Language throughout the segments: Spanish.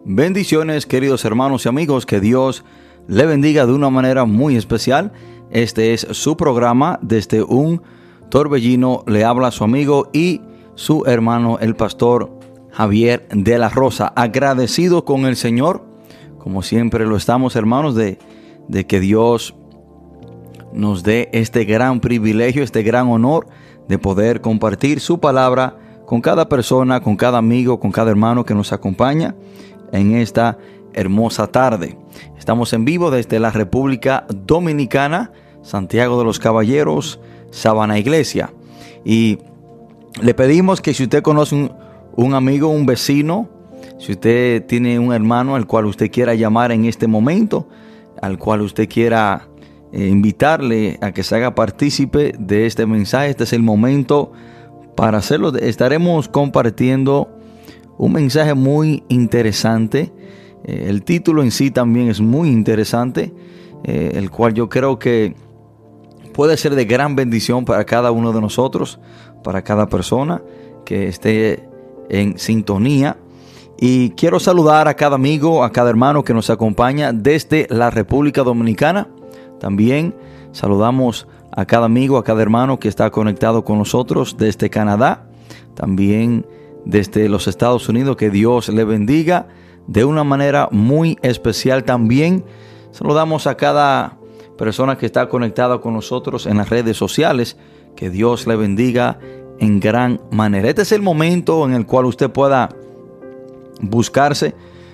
Bendiciones, queridos hermanos y amigos, que Dios le bendiga de una manera muy especial. Este es su programa. Desde un torbellino le habla su amigo y su hermano, el pastor Javier de la Rosa. Agradecido con el Señor, como siempre lo estamos, hermanos, de que Dios nos dé este gran privilegio, este gran honor de poder compartir su palabra con cada persona, con cada amigo, con cada hermano que nos acompaña en esta hermosa tarde. Estamos en vivo desde la República Dominicana, Santiago de los Caballeros, Sabana Iglesia. Y le pedimos que si usted conoce un amigo, un vecino, si usted tiene un hermano al cual usted quiera llamar en este momento, al cual usted quiera invitarle a que se haga partícipe de este mensaje, este es el momento para hacerlo. Estaremos compartiendo un mensaje muy interesante. El título en sí también es muy interesante, el cual yo creo que puede ser de gran bendición para cada uno de nosotros, para cada persona que esté en sintonía. Y quiero saludar a cada amigo, a cada hermano que nos acompaña desde la República Dominicana. También saludamos a cada amigo, a cada hermano que está conectado con nosotros desde Canadá. También desde los Estados Unidos. Que Dios le bendiga de una manera muy especial. También saludamos a cada persona que está conectada con nosotros en las redes sociales. Que Dios le bendiga en gran manera. Este es el momento en el cual usted pueda buscarse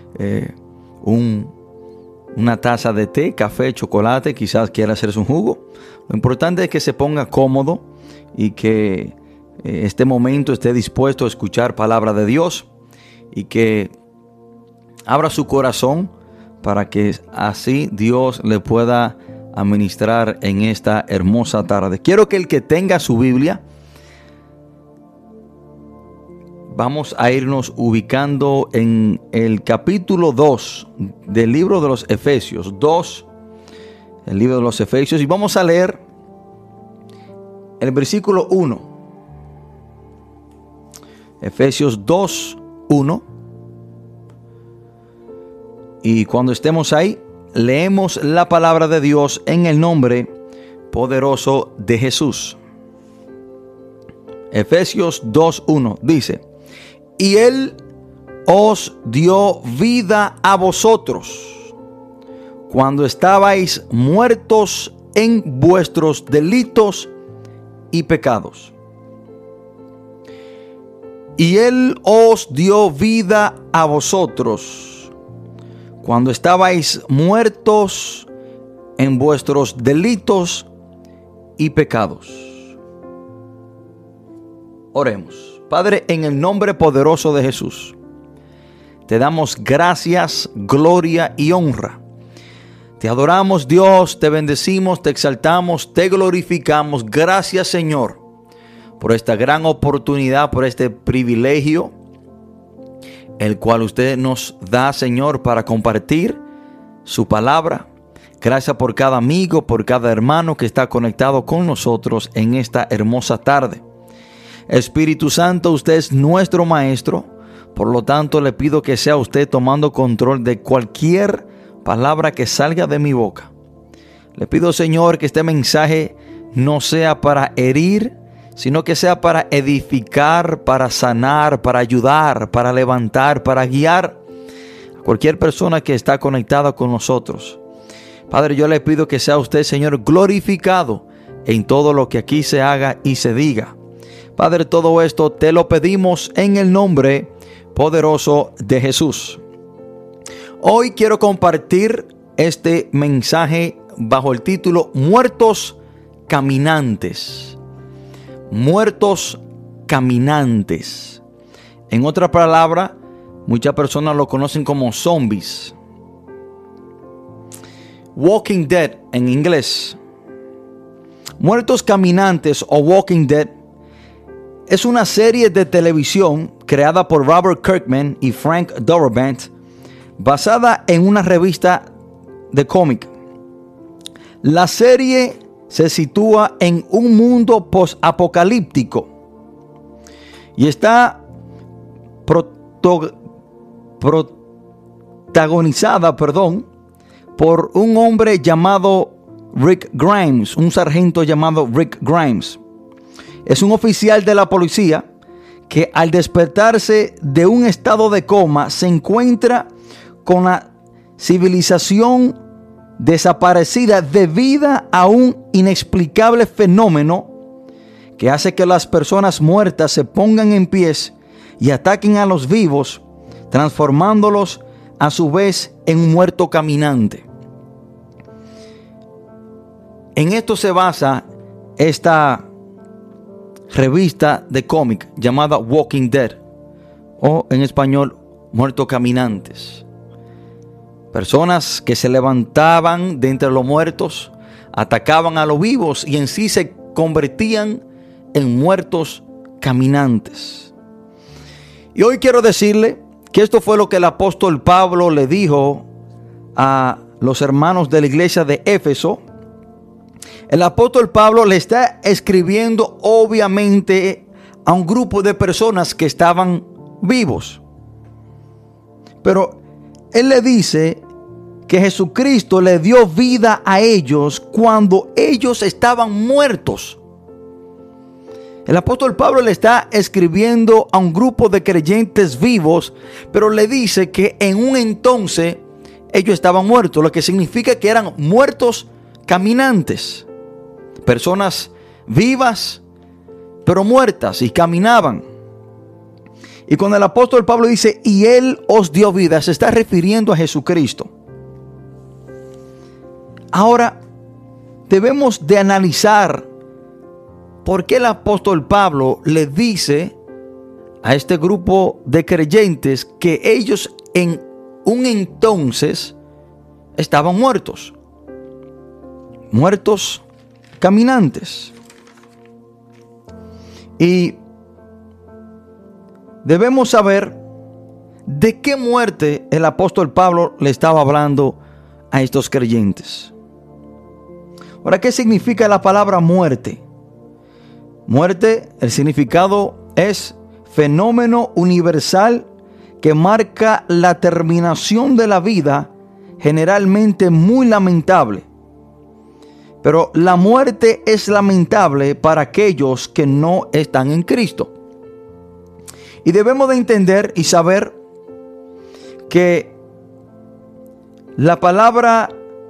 una taza de té, café, chocolate. Quizás quiera hacerse un jugo. Lo importante es que se ponga cómodo y que este momento esté dispuesto a escuchar palabra de Dios, y que abra su corazón para que así Dios le pueda administrar en esta hermosa tarde. Quiero que el que tenga su Biblia, vamos a irnos ubicando en el capítulo 2 del libro de los Efesios. 2, el libro de los Efesios, y vamos a leer el versículo 1. Efesios 2, 1. Y cuando estemos ahí, leemos la palabra de Dios en el nombre poderoso de Jesús. Efesios 2, 1 dice: y Él os dio vida a vosotros cuando estabais muertos en vuestros delitos y pecados. Y Él os dio vida a vosotros cuando estabais muertos en vuestros delitos y pecados. Oremos. Padre, en el nombre poderoso de Jesús, te damos gracias, gloria y honra. Te adoramos, Dios, te bendecimos, te exaltamos, te glorificamos. Gracias, Señor, por esta gran oportunidad, por este privilegio, el cual usted nos da, Señor, para compartir su palabra. Gracias por cada amigo, por cada hermano que está conectado con nosotros en esta hermosa tarde. Espíritu Santo, usted es nuestro maestro. Por lo tanto, le pido que sea usted tomando control de cualquier palabra que salga de mi boca. Le pido, Señor, que este mensaje no sea para herir, sino que sea para edificar, para sanar, para ayudar, para levantar, para guiar a cualquier persona que está conectada con nosotros. Padre, yo le pido que sea usted, Señor, glorificado en todo lo que aquí se haga y se diga. Padre, todo esto te lo pedimos en el nombre poderoso de Jesús. Hoy quiero compartir este mensaje bajo el título Muertos Caminantes. Muertos caminantes. En otra palabra, muchas personas lo conocen como zombies. Walking Dead en inglés. Muertos Caminantes o Walking Dead es una serie de televisión creada por Robert Kirkman y Frank Darabont, basada en una revista de cómic. La serie se sitúa en un mundo post-apocalíptico y está protagonizada, por un hombre llamado Rick Grimes, un sargento llamado Rick Grimes. Es un oficial de la policía que al despertarse de un estado de coma se encuentra con la civilización desaparecida debido a un inexplicable fenómeno que hace que las personas muertas se pongan en pies y ataquen a los vivos, transformándolos a su vez en un muerto caminante. En esto se basa esta revista de cómic llamada Walking Dead, o en español Muertos Caminantes. Personas que se levantaban de entre los muertos, atacaban a los vivos y en sí se convertían en muertos caminantes. Y hoy quiero decirle que esto fue lo que el apóstol Pablo le dijo a los hermanos de la iglesia de Éfeso. El apóstol Pablo le está escribiendo obviamente a un grupo de personas que estaban vivos. Pero él le dice que Jesucristo le dio vida a ellos cuando ellos estaban muertos. El apóstol Pablo le está escribiendo a un grupo de creyentes vivos, pero le dice que en un entonces ellos estaban muertos, lo que significa que eran muertos caminantes. Personas vivas, pero muertas, y caminaban. Y cuando el apóstol Pablo dice, y Él os dio vida, se está refiriendo a Jesucristo. Ahora, debemos de analizar por qué el apóstol Pablo le dice a este grupo de creyentes que ellos en un entonces estaban muertos. Muertos caminantes. Y debemos saber de qué muerte el apóstol Pablo le estaba hablando a estos creyentes. Ahora, ¿qué significa la palabra muerte? Muerte, el significado es fenómeno universal que marca la terminación de la vida, generalmente muy lamentable. Pero la muerte es lamentable para aquellos que no están en Cristo. Y debemos de entender y saber que la palabra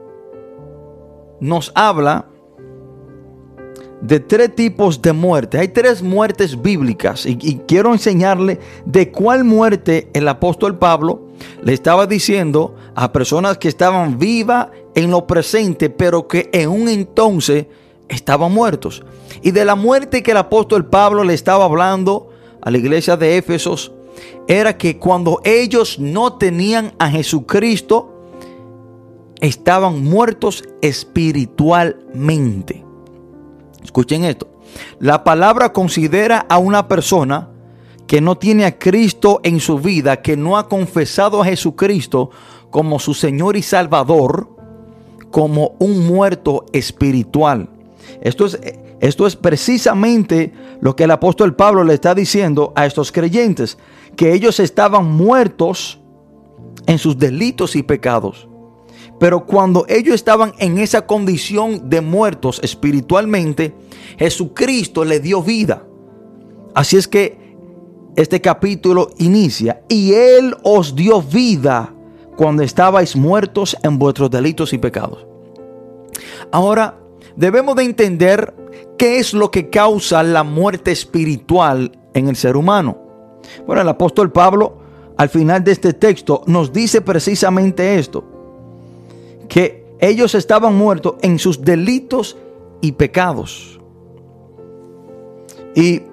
nos habla de tres tipos de muerte. Hay tres muertes bíblicas y quiero enseñarle de cuál muerte el apóstol Pablo le estaba diciendo a personas que estaban vivas en lo presente, pero que en un entonces estaban muertos. Y de la muerte que el apóstol Pablo le estaba hablando a la iglesia de Éfesos era que cuando ellos no tenían a Jesucristo, estaban muertos espiritualmente. Escuchen esto. La palabra considera a una persona que no tiene a Cristo en su vida, que no ha confesado a Jesucristo como su Señor y Salvador, como un muerto espiritual. Esto es precisamente lo que el apóstol Pablo le está diciendo a estos creyentes, que ellos estaban muertos en sus delitos y pecados. Pero cuando ellos estaban en esa condición de muertos espiritualmente, Jesucristo le dio vida. Así es que este capítulo inicia, y Él os dio vida cuando estabais muertos en vuestros delitos y pecados. Ahora, debemos de entender qué es lo que causa la muerte espiritual en el ser humano. Bueno, el apóstol Pablo, al final de este texto, nos dice precisamente esto, que ellos estaban muertos en sus delitos y pecados. Y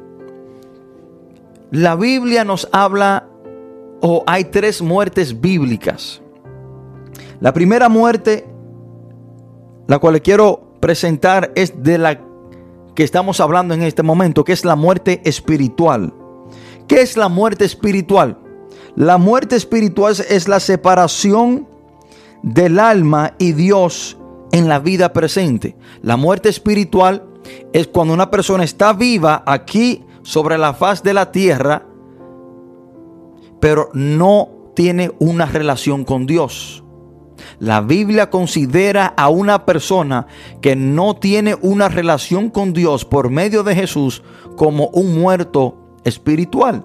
la Biblia nos habla, hay tres muertes bíblicas. La primera muerte, la cual le quiero presentar, es de la que estamos hablando en este momento, que es la muerte espiritual. ¿Qué es la muerte espiritual? La muerte espiritual es la separación del alma y Dios en la vida presente. La muerte espiritual es cuando una persona está viva aquí sobre la faz de la tierra, pero no tiene una relación con Dios. La Biblia considera a una persona que no tiene una relación con Dios por medio de Jesús como un muerto espiritual.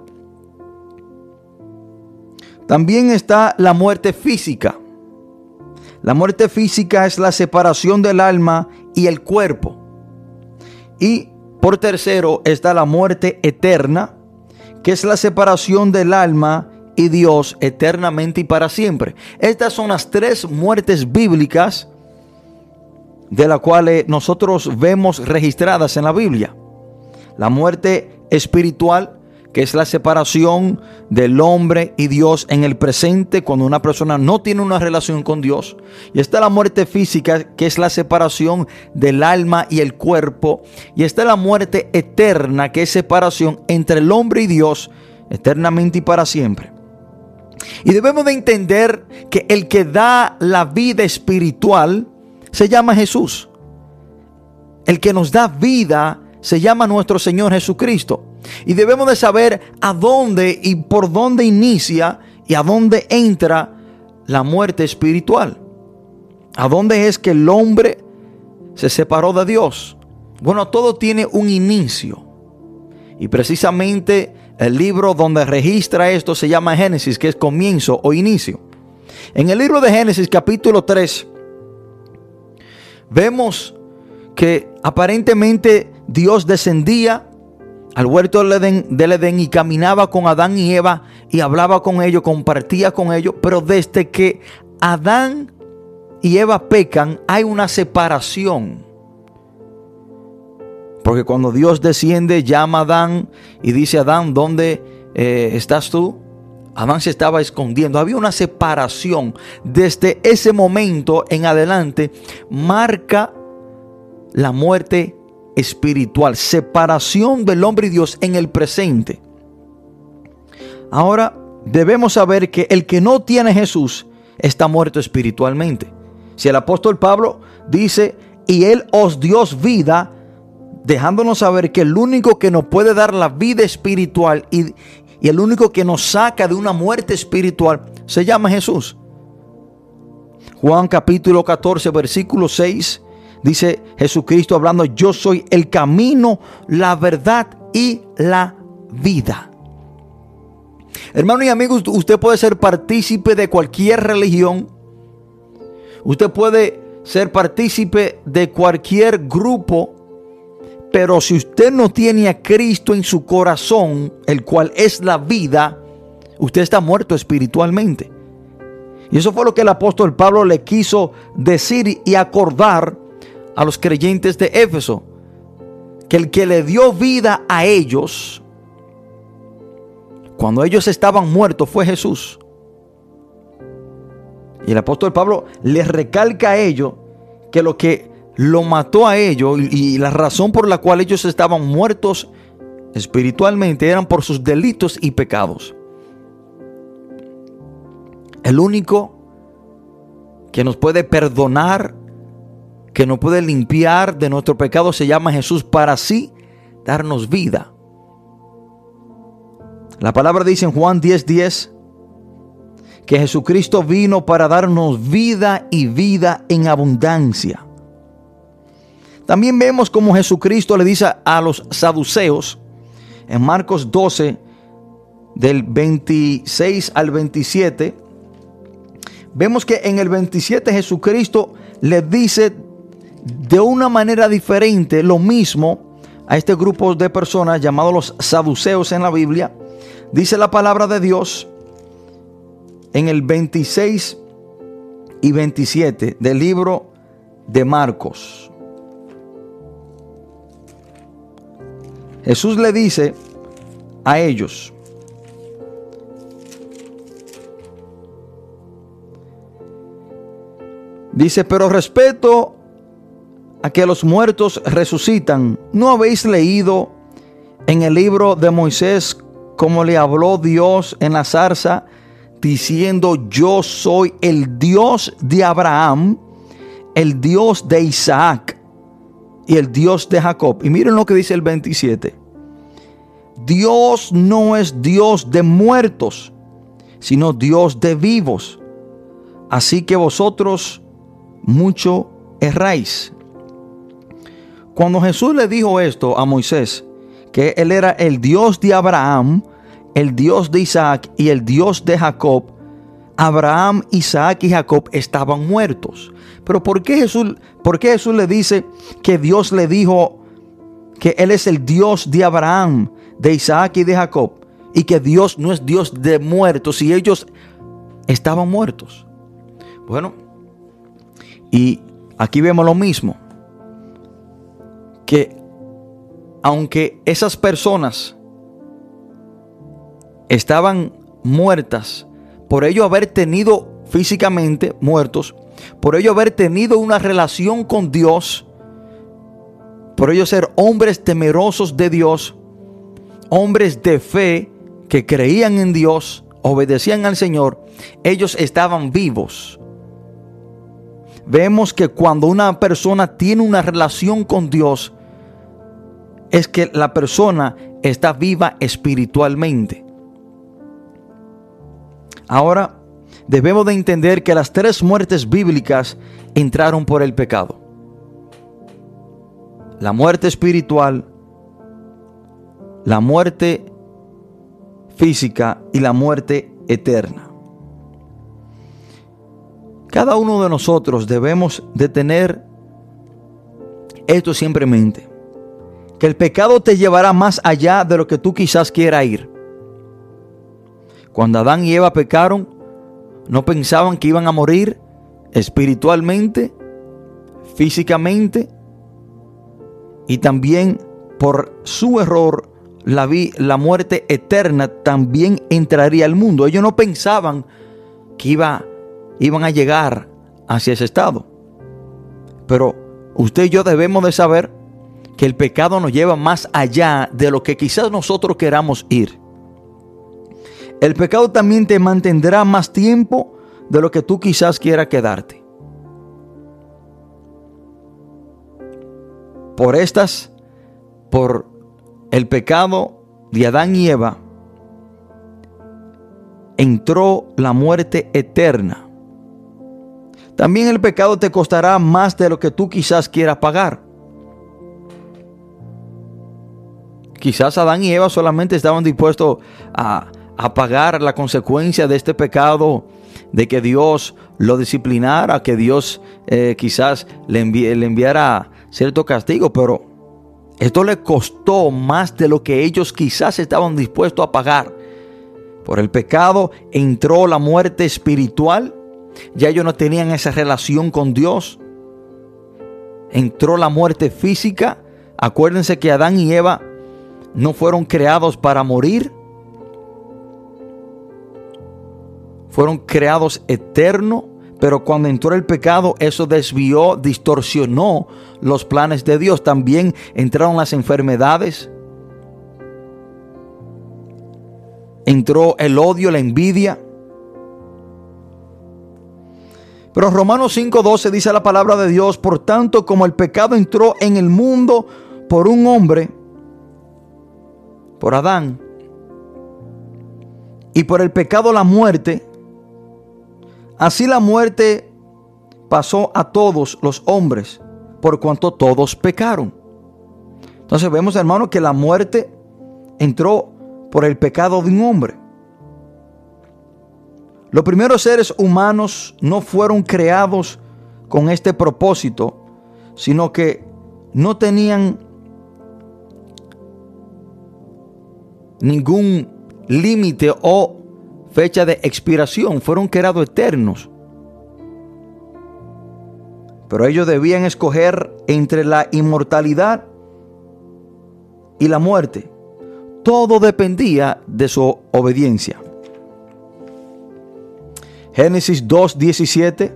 También está la muerte física. La muerte física es la separación del alma y el cuerpo. Y por tercero está la muerte eterna, que es la separación del alma y Dios eternamente y para siempre. Estas son las tres muertes bíblicas de las cuales nosotros vemos registradas en la Biblia. La muerte espiritual, que es la separación del hombre y Dios en el presente cuando una persona no tiene una relación con Dios. Y está la muerte física, que es la separación del alma y el cuerpo. Y está la muerte eterna, que es separación entre el hombre y Dios eternamente y para siempre. Y debemos de entender que el que da la vida espiritual se llama Jesús. El que nos da vida se llama nuestro Señor Jesucristo. Y debemos de saber a dónde y por dónde inicia y a dónde entra la muerte espiritual. ¿A dónde es que el hombre se separó de Dios? Bueno, todo tiene un inicio. Y precisamente el libro donde registra esto se llama Génesis, que es comienzo o inicio. En el libro de Génesis capítulo 3 vemos que aparentemente Dios descendía al huerto del Edén y caminaba con Adán y Eva y hablaba con ellos, compartía con ellos. Pero desde que Adán y Eva pecan, hay una separación. Porque cuando Dios desciende, llama a Adán y dice: Adán, ¿dónde estás tú? Adán se estaba escondiendo. Había una separación. Desde ese momento en adelante marca la muerte espiritual, separación del hombre y Dios en el presente. Ahora debemos saber que el que no tiene Jesús está muerto espiritualmente. Si el apóstol Pablo dice: y Él os dio vida, dejándonos saber que el único que nos puede dar la vida espiritual y el único que nos saca de una muerte espiritual se llama Jesús. Juan capítulo 14 versículo 6 dice Jesucristo hablando: yo soy el camino, la verdad y la vida. Hermano y amigos, usted puede ser partícipe de cualquier religión. Usted puede ser partícipe de cualquier grupo. Pero si usted no tiene a Cristo en su corazón, el cual es la vida, usted está muerto espiritualmente. Y eso fue lo que el apóstol Pablo le quiso decir y acordar a los creyentes de Éfeso. Que el que le dio vida a ellos, cuando ellos estaban muertos, fue Jesús. Y el apóstol Pablo les recalca a ellos que lo que lo mató a ellos y la razón por la cual ellos estaban muertos espiritualmente eran por sus delitos y pecados. El único que nos puede perdonar, que nos puede limpiar de nuestro pecado, se llama Jesús, para así darnos vida. La palabra dice en Juan 10:10 que Jesucristo vino para darnos vida y vida en abundancia. También vemos como Jesucristo le dice a los saduceos en Marcos 12 del 26 al 27. Vemos que en el 27 Jesucristo le dice de una manera diferente lo mismo a este grupo de personas llamados los saduceos en la Biblia. Dice la palabra de Dios en el 26 y 27 del libro de Marcos. Jesús le dice a ellos: dice, pero respecto a que los muertos resucitan, ¿no habéis leído en el libro de Moisés cómo le habló Dios en la zarza, diciendo: yo soy el Dios de Abraham, el Dios de Isaac y el Dios de Jacob? Y miren lo que dice el 27. Dios no es Dios de muertos, sino Dios de vivos. Así que vosotros mucho erráis. Cuando Jesús le dijo esto a Moisés, que él era el Dios de Abraham, el Dios de Isaac y el Dios de Jacob, Abraham, Isaac y Jacob estaban muertos. Pero ¿por qué Jesús le dice que Dios le dijo que Él es el Dios de Abraham, de Isaac y de Jacob, y que Dios no es Dios de muertos y ellos estaban muertos? Bueno, y aquí vemos lo mismo, que aunque esas personas estaban muertas, por ello haber tenido físicamente muertos, por ello haber tenido una relación con Dios, por ello ser hombres temerosos de Dios, hombres de fe que creían en Dios, obedecían al Señor, ellos estaban vivos. Vemos que cuando una persona tiene una relación con Dios, es que la persona está viva espiritualmente. Ahora, debemos de entender que las 3 muertes bíblicas entraron por el pecado: la muerte espiritual, la muerte física y la muerte eterna. Cada uno de nosotros debemos de tener esto siempre en mente, que el pecado te llevará más allá de lo que tú quizás quieras ir. Cuando Adán y Eva pecaron, no pensaban que iban a morir espiritualmente, físicamente, y también por su error la muerte eterna también entraría al mundo. Ellos no pensaban que iban a llegar hacia ese estado. Pero usted y yo debemos de saber que el pecado nos lleva más allá de lo que quizás nosotros queramos ir. El pecado también te mantendrá más tiempo de lo que tú quizás quieras quedarte. Por el pecado de Adán y Eva, entró la muerte eterna. También el pecado te costará más de lo que tú quizás quieras pagar. Quizás Adán y Eva solamente estaban dispuestos a pagar la consecuencia de este pecado, de que Dios lo disciplinara, que Dios quizás le enviara cierto castigo, pero esto le costó más de lo que ellos quizás estaban dispuestos a pagar. Por el pecado entró la muerte espiritual. Ya ellos no tenían esa relación con Dios. Entró la muerte física. Acuérdense que Adán y Eva no fueron creados para morir. Fueron creados eternos. Pero cuando entró el pecado, eso desvió, distorsionó los planes de Dios. También entraron las enfermedades. Entró el odio, la envidia. Pero Romanos 5:12 dice la palabra de Dios: por tanto, como el pecado entró en el mundo por un hombre, por Adán, y por el pecado la muerte, así la muerte pasó a todos los hombres, por cuanto todos pecaron. Entonces vemos, hermano, que la muerte entró por el pecado de un hombre. Los primeros seres humanos no fueron creados con este propósito, sino que no tenían ningún límite o fecha de expiración. Fueron creados eternos. Pero ellos debían escoger entre la inmortalidad y la muerte. Todo dependía de su obediencia. Génesis 2:17.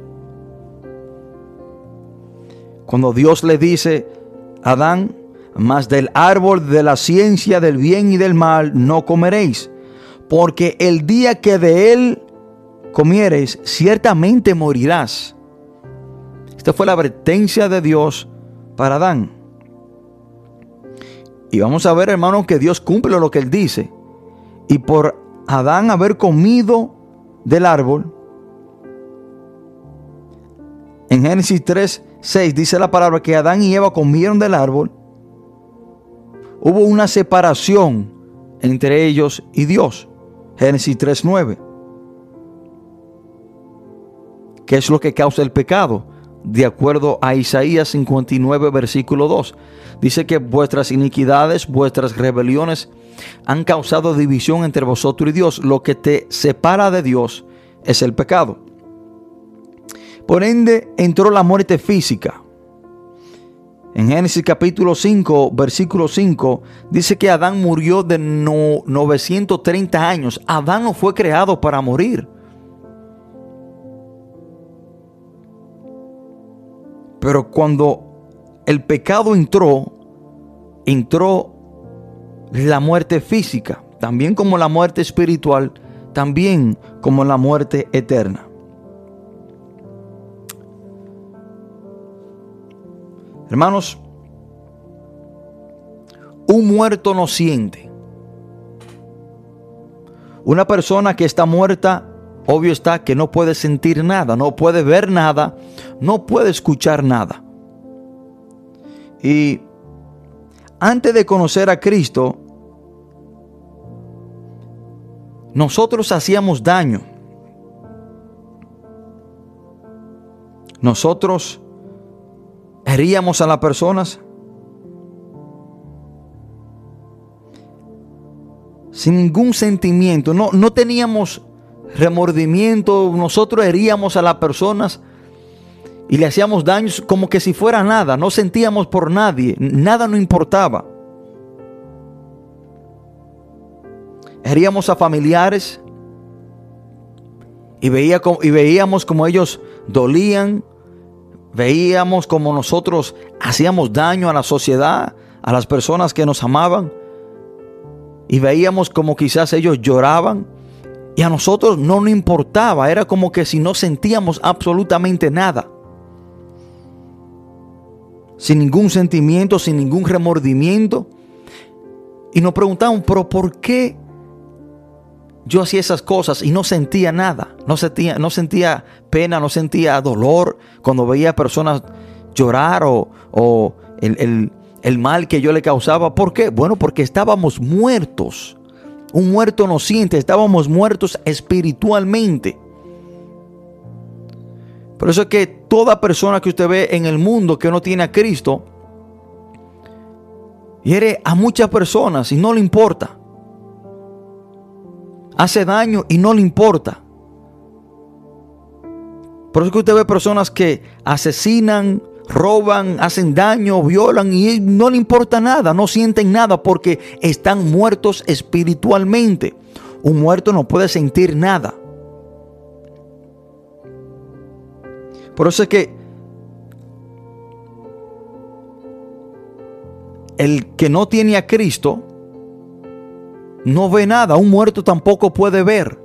Cuando Dios le dice a Adán: mas del árbol de la ciencia del bien y del mal no comeréis, porque el día que de él comiereis, ciertamente morirás. Esta fue la advertencia de Dios para Adán. Y vamos a ver, hermanos, que Dios cumple lo que él dice. Y por Adán haber comido del árbol, en Génesis 3:6 dice la palabra que Adán y Eva comieron del árbol. Hubo una separación entre ellos y Dios. Génesis 3:9. ¿Qué es lo que causa el pecado? De acuerdo a Isaías 59, versículo 2. Dice que vuestras iniquidades, vuestras rebeliones han causado división entre vosotros y Dios. Lo que te separa de Dios es el pecado. Por ende, entró la muerte física. En Génesis capítulo 5, versículo 5, dice que Adán murió de 930 años. Adán no fue creado para morir. Pero cuando el pecado entró la muerte física, también como la muerte espiritual, también como la muerte eterna. Hermanos, un muerto no siente. Una persona que está muerta, obvio está que no puede sentir nada, no puede ver nada, no puede escuchar nada. Y antes de conocer a Cristo, nosotros hacíamos daño. Nosotros heríamos a las personas sin ningún sentimiento. No teníamos remordimiento. Nosotros heríamos a las personas y le hacíamos daños como que si fuera nada. No sentíamos por nadie. Nada nos importaba. Heríamos a familiares y veíamos como ellos dolían. Veíamos como nosotros hacíamos daño a la sociedad, a las personas que nos amaban. Y veíamos como quizás ellos lloraban. Y a nosotros no nos importaba. Era como que si no sentíamos absolutamente nada. Sin ningún sentimiento, sin ningún remordimiento. Y nos preguntaban, pero ¿por qué yo hacía esas cosas y no sentía nada? No sentía pena, no sentía dolor cuando veía personas llorar o el mal que yo le causaba. ¿Por qué? Bueno, porque estábamos muertos. Un muerto no siente, estábamos muertos espiritualmente. Por eso es que toda persona que usted ve en el mundo que no tiene a Cristo, hiere a muchas personas y no le importa. Hace daño y no le importa. Por eso es que usted ve personas que asesinan, roban, hacen daño, violan y no le importa nada, no sienten nada porque están muertos espiritualmente. Un muerto no puede sentir nada. Por eso es que el que no tiene a Cristo no ve nada. Un muerto tampoco puede ver.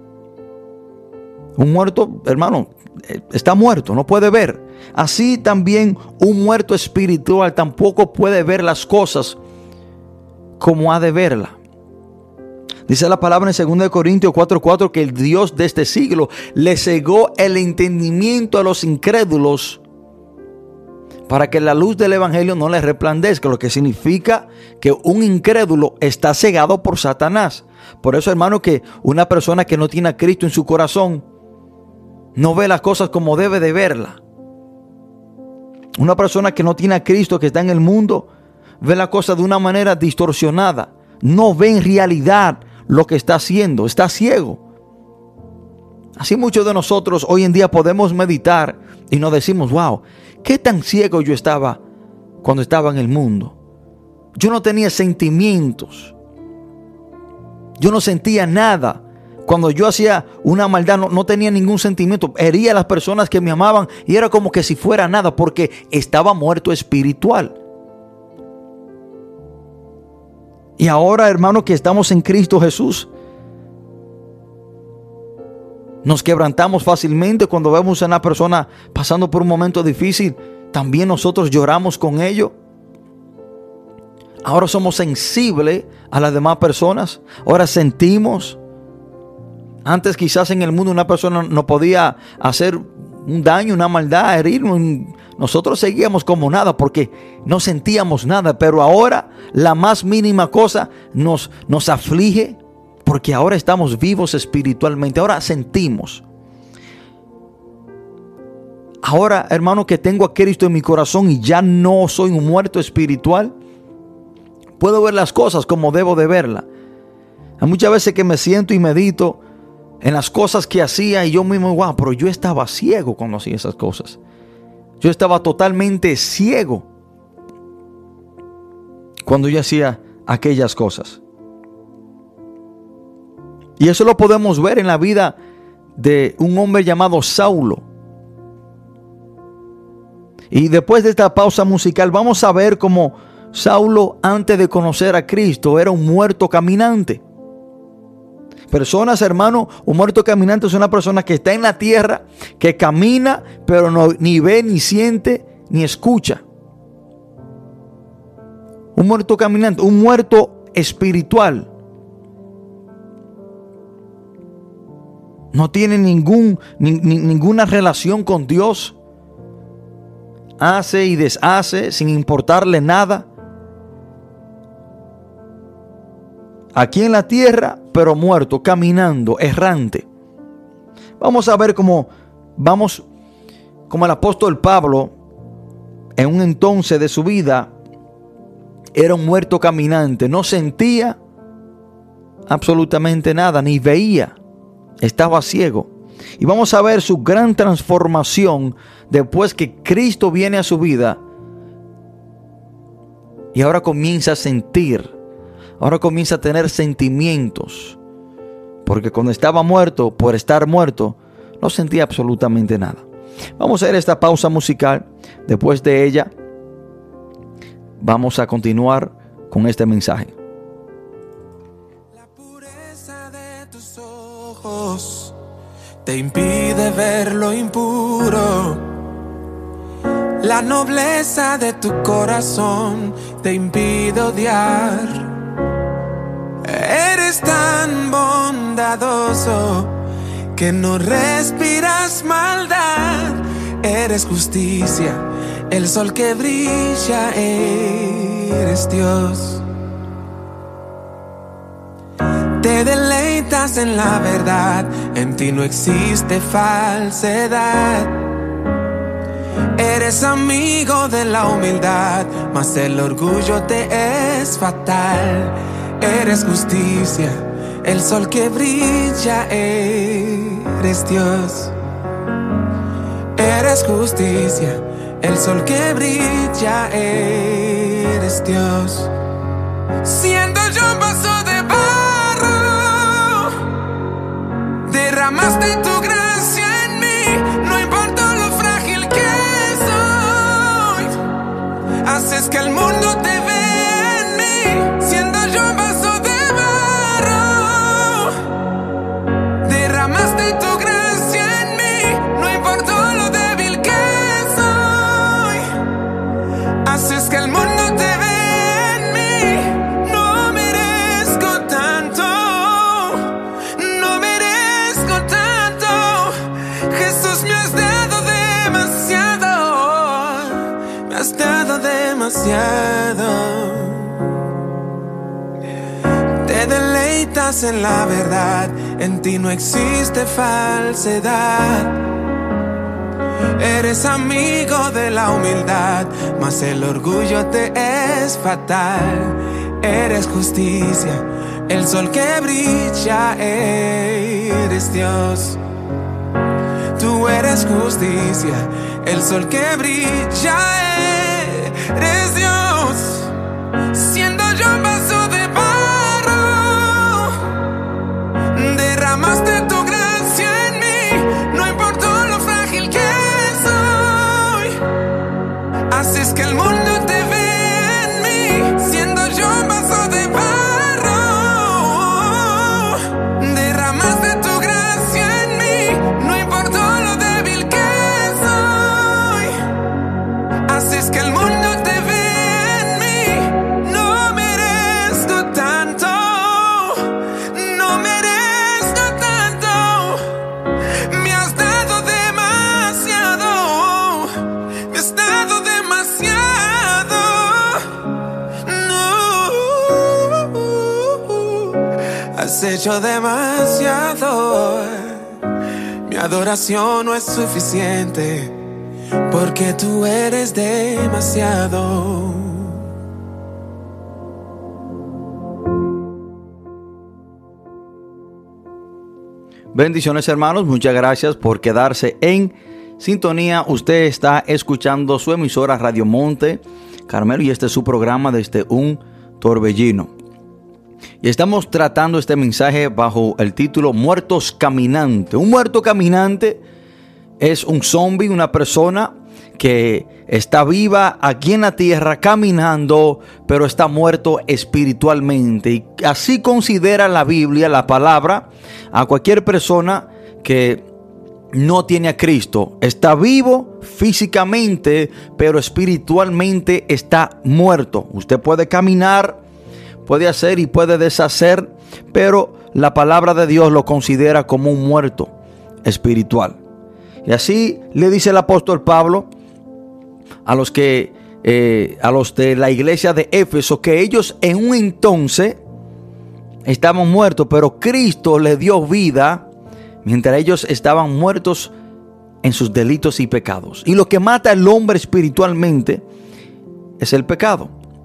Un muerto, hermano, está muerto, no puede ver. Así también un muerto espiritual tampoco puede ver las cosas como ha de verla. Dice la palabra en 2 Corintios 4:4 que el Dios de este siglo le cegó el entendimiento a los incrédulos para que la luz del evangelio no les resplandezca, lo que significa que un incrédulo está cegado por Satanás. Por eso, hermano, que una persona que no tiene a Cristo en su corazón no ve las cosas como debe de verla. Una persona que no tiene a Cristo, que está en el mundo, ve las cosas de una manera distorsionada. No ve en realidad lo que está haciendo, está ciego. Así muchos de nosotros hoy en día podemos meditar y nos decimos, wow, qué tan ciego yo estaba cuando estaba en el mundo. Yo no tenía sentimientos. Yo no sentía nada. Cuando yo hacía una maldad no tenía ningún sentimiento. Hería a las personas que me amaban y era como que si fuera nada porque estaba muerto espiritual. Y ahora, hermano, que estamos en Cristo Jesús, nos quebrantamos fácilmente cuando vemos a una persona pasando por un momento difícil. También nosotros lloramos con ello. Ahora somos sensibles a las demás personas. Ahora sentimos. Antes quizás en el mundo una persona no podía hacer un daño, una maldad, herirnos. Nosotros seguíamos como nada porque no sentíamos nada. Pero ahora la más mínima cosa nos aflige porque ahora estamos vivos espiritualmente. Ahora sentimos. Ahora, hermano, que tengo a Cristo en mi corazón y ya no soy un muerto espiritual, puedo ver las cosas como debo de verlas. Hay muchas veces que me siento y medito en las cosas que hacía y yo mismo, wow, pero yo estaba ciego cuando hacía esas cosas. Yo estaba totalmente ciego cuando yo hacía aquellas cosas. Y eso lo podemos ver en la vida de un hombre llamado Saulo. Y después de esta pausa musical vamos a ver cómo Saulo, antes de conocer a Cristo, era un muerto caminante. Personas, hermano, un muerto caminante es una persona que está en la tierra, que camina, pero no, ni ve, ni siente, ni escucha. Un muerto caminante, un muerto espiritual. No tiene ninguna relación con Dios. Hace y deshace sin importarle nada. Aquí en la tierra, pero muerto, caminando, errante. Vamos a ver cómo el apóstol Pablo, en un entonces de su vida, era un muerto caminante. No sentía absolutamente nada, ni veía. Estaba ciego. Y vamos a ver su gran transformación después que Cristo viene a su vida. Y ahora comienza a sentir. Ahora comienza a tener sentimientos. Porque cuando estaba muerto, por estar muerto, no sentía absolutamente nada. Vamos a ver esta pausa musical. Después de ella, vamos a continuar con este mensaje. La pureza de tus ojos te impide ver lo impuro. La nobleza de tu corazón te impide odiar. Eres tan bondadoso que no respiras maldad. Eres justicia, el sol que brilla, eres Dios. Te deleitas en la verdad, en ti no existe falsedad. Eres amigo de la humildad, mas el orgullo te es fatal. Eres justicia, el sol que brilla, eres Dios. Eres justicia, el sol que brilla, eres Dios. Siendo yo un vaso de barro, derramaste tu gracia en mí. No importa lo frágil que soy, haces que el mundo te vea en mí. Siendo yo un vaso de barro, derramaste tu gracia en mí. No importa lo débil que soy, haces que el mundo te vea en mí. No merezco tanto, no merezco tanto. Jesús, me has dado demasiado, me has dado demasiado. Te deleitas en la verdad, en ti no existe falsedad. Eres amigo de la humildad, mas el orgullo te es fatal. Eres justicia, el sol que brilla, eres Dios. Tú eres justicia, el sol que brilla, eres Dios. Siendo yo un vaso de barro, derramaste tu gracia en mí. No importa lo frágil que soy, haces que el mundo te vea en mí. Siendo yo un vaso de barro, derramaste tu gracia en mí. No importa lo débil que soy, haces que el mundo te vea en mí. No merezco tanto, no merezco tanto. has hecho demasiado. Mi adoración no es suficiente, porque tú eres demasiado. Bendiciones, hermanos, muchas gracias por quedarse en sintonía. Usted está escuchando su emisora Radio Monte Carmelo y este es su programa desde un torbellino. Y estamos tratando este mensaje bajo el título Muertos Caminantes. Un muerto caminante es un zombie, una persona que está viva aquí en la tierra caminando, pero está muerto espiritualmente. Y así considera la Biblia, la palabra, a cualquier persona que no tiene a Cristo. Está vivo físicamente, pero espiritualmente está muerto. Usted puede caminar, puede hacer y puede deshacer, pero la palabra de Dios lo considera como un muerto espiritual. Y así le dice el apóstol Pablo a los de la iglesia de Éfeso, que ellos en un entonces estaban muertos, pero Cristo les dio vida mientras ellos estaban muertos en sus delitos y pecados. Y lo que mata al hombre espiritualmente es el pecado.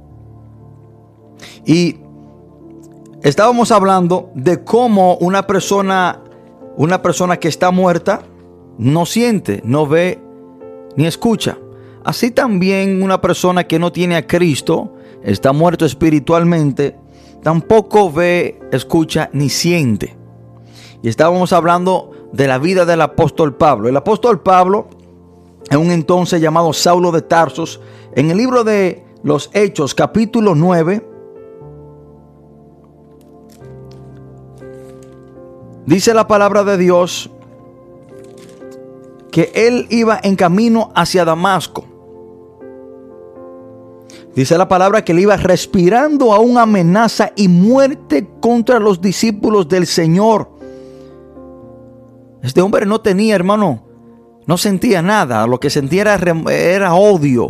Y estábamos hablando de cómo una persona que está muerta no siente, no ve ni escucha. Así también una persona que no tiene a Cristo, está muerto espiritualmente, tampoco ve, escucha ni siente. Y estábamos hablando de la vida del apóstol Pablo. El apóstol Pablo, en un entonces llamado Saulo de Tarsos, en el libro de los Hechos, capítulo 9, dice la palabra de Dios que él iba en camino hacia Damasco. Dice la palabra que él iba respirando a una amenaza y muerte contra los discípulos del Señor. Este hombre no tenía, hermano, no sentía nada. Lo que sentía era odio.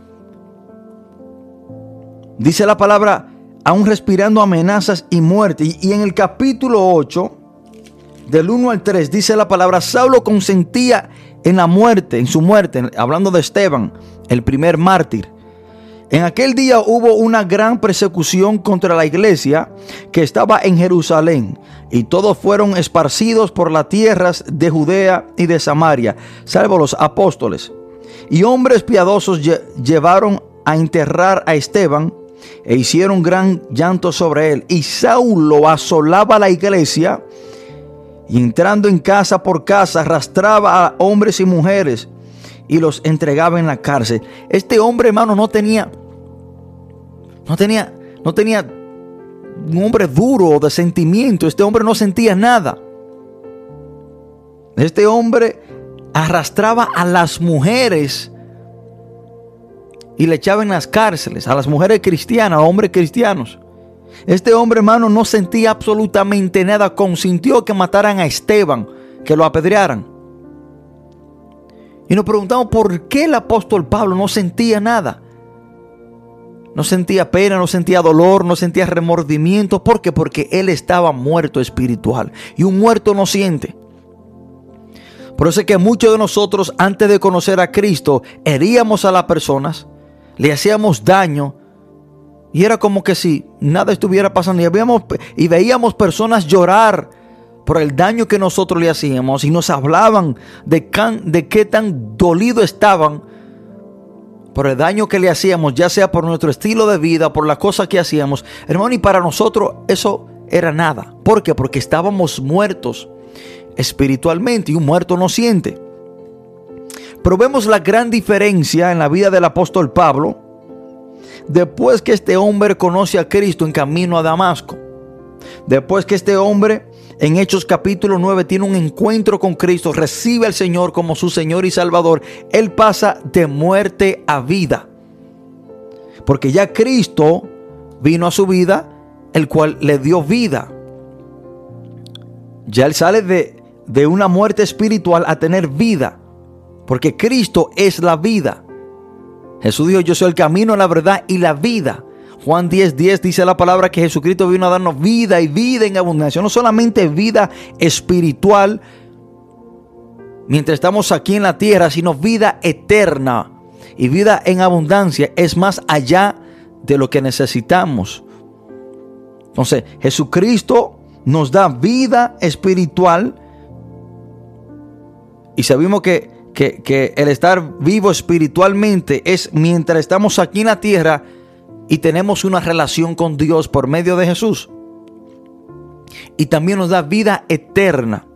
Dice la palabra, aún respirando amenazas y muerte. Y en el capítulo 8, del 1 al 3, dice la palabra, Saulo consentía en la muerte, en su muerte, hablando de Esteban, el primer mártir. En aquel día hubo una gran persecución contra la iglesia que estaba en Jerusalén, y todos fueron esparcidos por las tierras de Judea y de Samaria, salvo los apóstoles. Y hombres piadosos llevaron a enterrar a Esteban e hicieron gran llanto sobre él. Y Saulo asolaba la iglesia y entrando en casa por casa arrastraba a hombres y mujeres y los entregaba en la cárcel. Este hombre, hermano, no tenía un hombre duro de sentimiento. Este hombre no sentía nada. Este hombre arrastraba a las mujeres y le echaba en las cárceles, a las mujeres cristianas, a hombres cristianos. Este hombre, hermano, no sentía absolutamente nada. Consintió que mataran a Esteban, que lo apedrearan. Y nos preguntamos por qué el apóstol Pablo no sentía nada. No sentía pena, no sentía dolor, no sentía remordimiento. ¿Por qué? Porque él estaba muerto espiritual. Y un muerto no siente. Por eso es que muchos de nosotros, antes de conocer a Cristo, heríamos a las personas, le hacíamos daño. Y era como que si nada estuviera pasando. Y veíamos personas llorar por el daño que nosotros le hacíamos. Y nos hablaban de qué tan dolidos estaban por el daño que le hacíamos, ya sea por nuestro estilo de vida, por las cosas que hacíamos. Hermano, y para nosotros eso era nada. ¿Por qué? Porque estábamos muertos espiritualmente y un muerto no siente. Pero vemos la gran diferencia en la vida del apóstol Pablo después que este hombre conoce a Cristo en camino a Damasco. Después que este hombre en Hechos capítulo 9 tiene un encuentro con Cristo, recibe al Señor como su Señor y Salvador, él pasa de muerte a vida. Porque ya Cristo vino a su vida, el cual le dio vida. Ya él sale de una muerte espiritual a tener vida. Porque Cristo es la vida. Jesús dijo, yo soy el camino, la verdad y la vida. O Juan 10:10 dice la palabra que Jesucristo vino a darnos vida y vida en abundancia. No solamente vida espiritual mientras estamos aquí en la tierra, sino vida eterna. Y vida en abundancia es más allá de lo que necesitamos. Entonces, Jesucristo nos da vida espiritual. Y sabemos que el estar vivo espiritualmente es mientras estamos aquí en la tierra y tenemos una relación con Dios por medio de Jesús. Y también nos da vida eterna.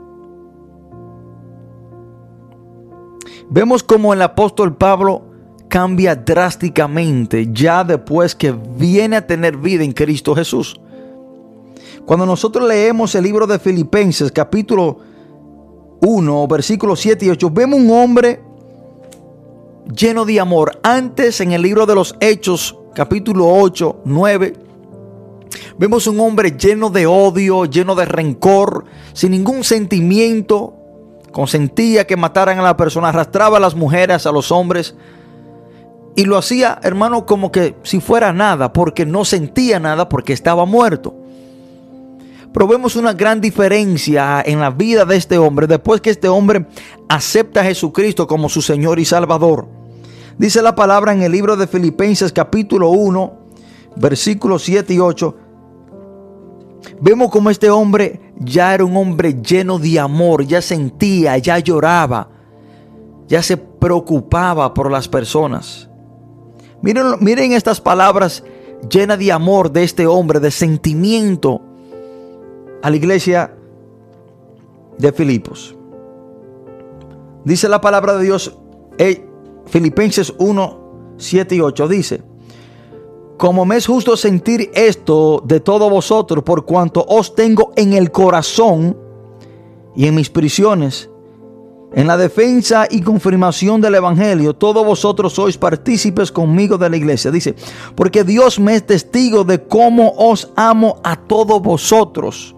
Vemos como el apóstol Pablo cambia drásticamente ya después que viene a tener vida en Cristo Jesús. Cuando nosotros leemos el libro de Filipenses capítulo 1, versículos 7 y 8, vemos un hombre lleno de amor. Antes, en el libro de los Hechos, capítulo 8, 9, vemos un hombre lleno de odio, lleno de rencor, sin ningún sentimiento. Consentía que mataran a la persona, arrastraba a las mujeres, a los hombres, y lo hacía, hermano, como que si fuera nada, porque no sentía nada, porque estaba muerto. Pero vemos una gran diferencia en la vida de este hombre después que este hombre acepta a Jesucristo como su Señor y Salvador. Dice la palabra en el libro de Filipenses capítulo 1, versículos 7 y 8. Vemos como este hombre ya era un hombre lleno de amor, ya sentía, ya lloraba, ya se preocupaba por las personas. Miren estas palabras llenas de amor de este hombre, de sentimiento a la iglesia de Filipos. Dice la palabra de Dios, Filipenses 1, 7 y 8, dice: como me es justo sentir esto de todos vosotros, por cuanto os tengo en el corazón y en mis prisiones, en la defensa y confirmación del evangelio, todos vosotros sois partícipes conmigo de la iglesia. Dice, porque Dios me es testigo de cómo os amo a todos vosotros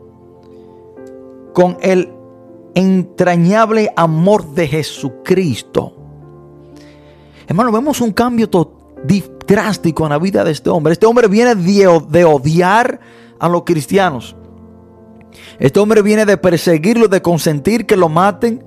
con el entrañable amor de Jesucristo. Hermano, vemos un cambio drástico en la vida de este hombre. Este hombre viene de odiar a los cristianos. Este hombre viene de perseguirlos, de consentir que lo maten,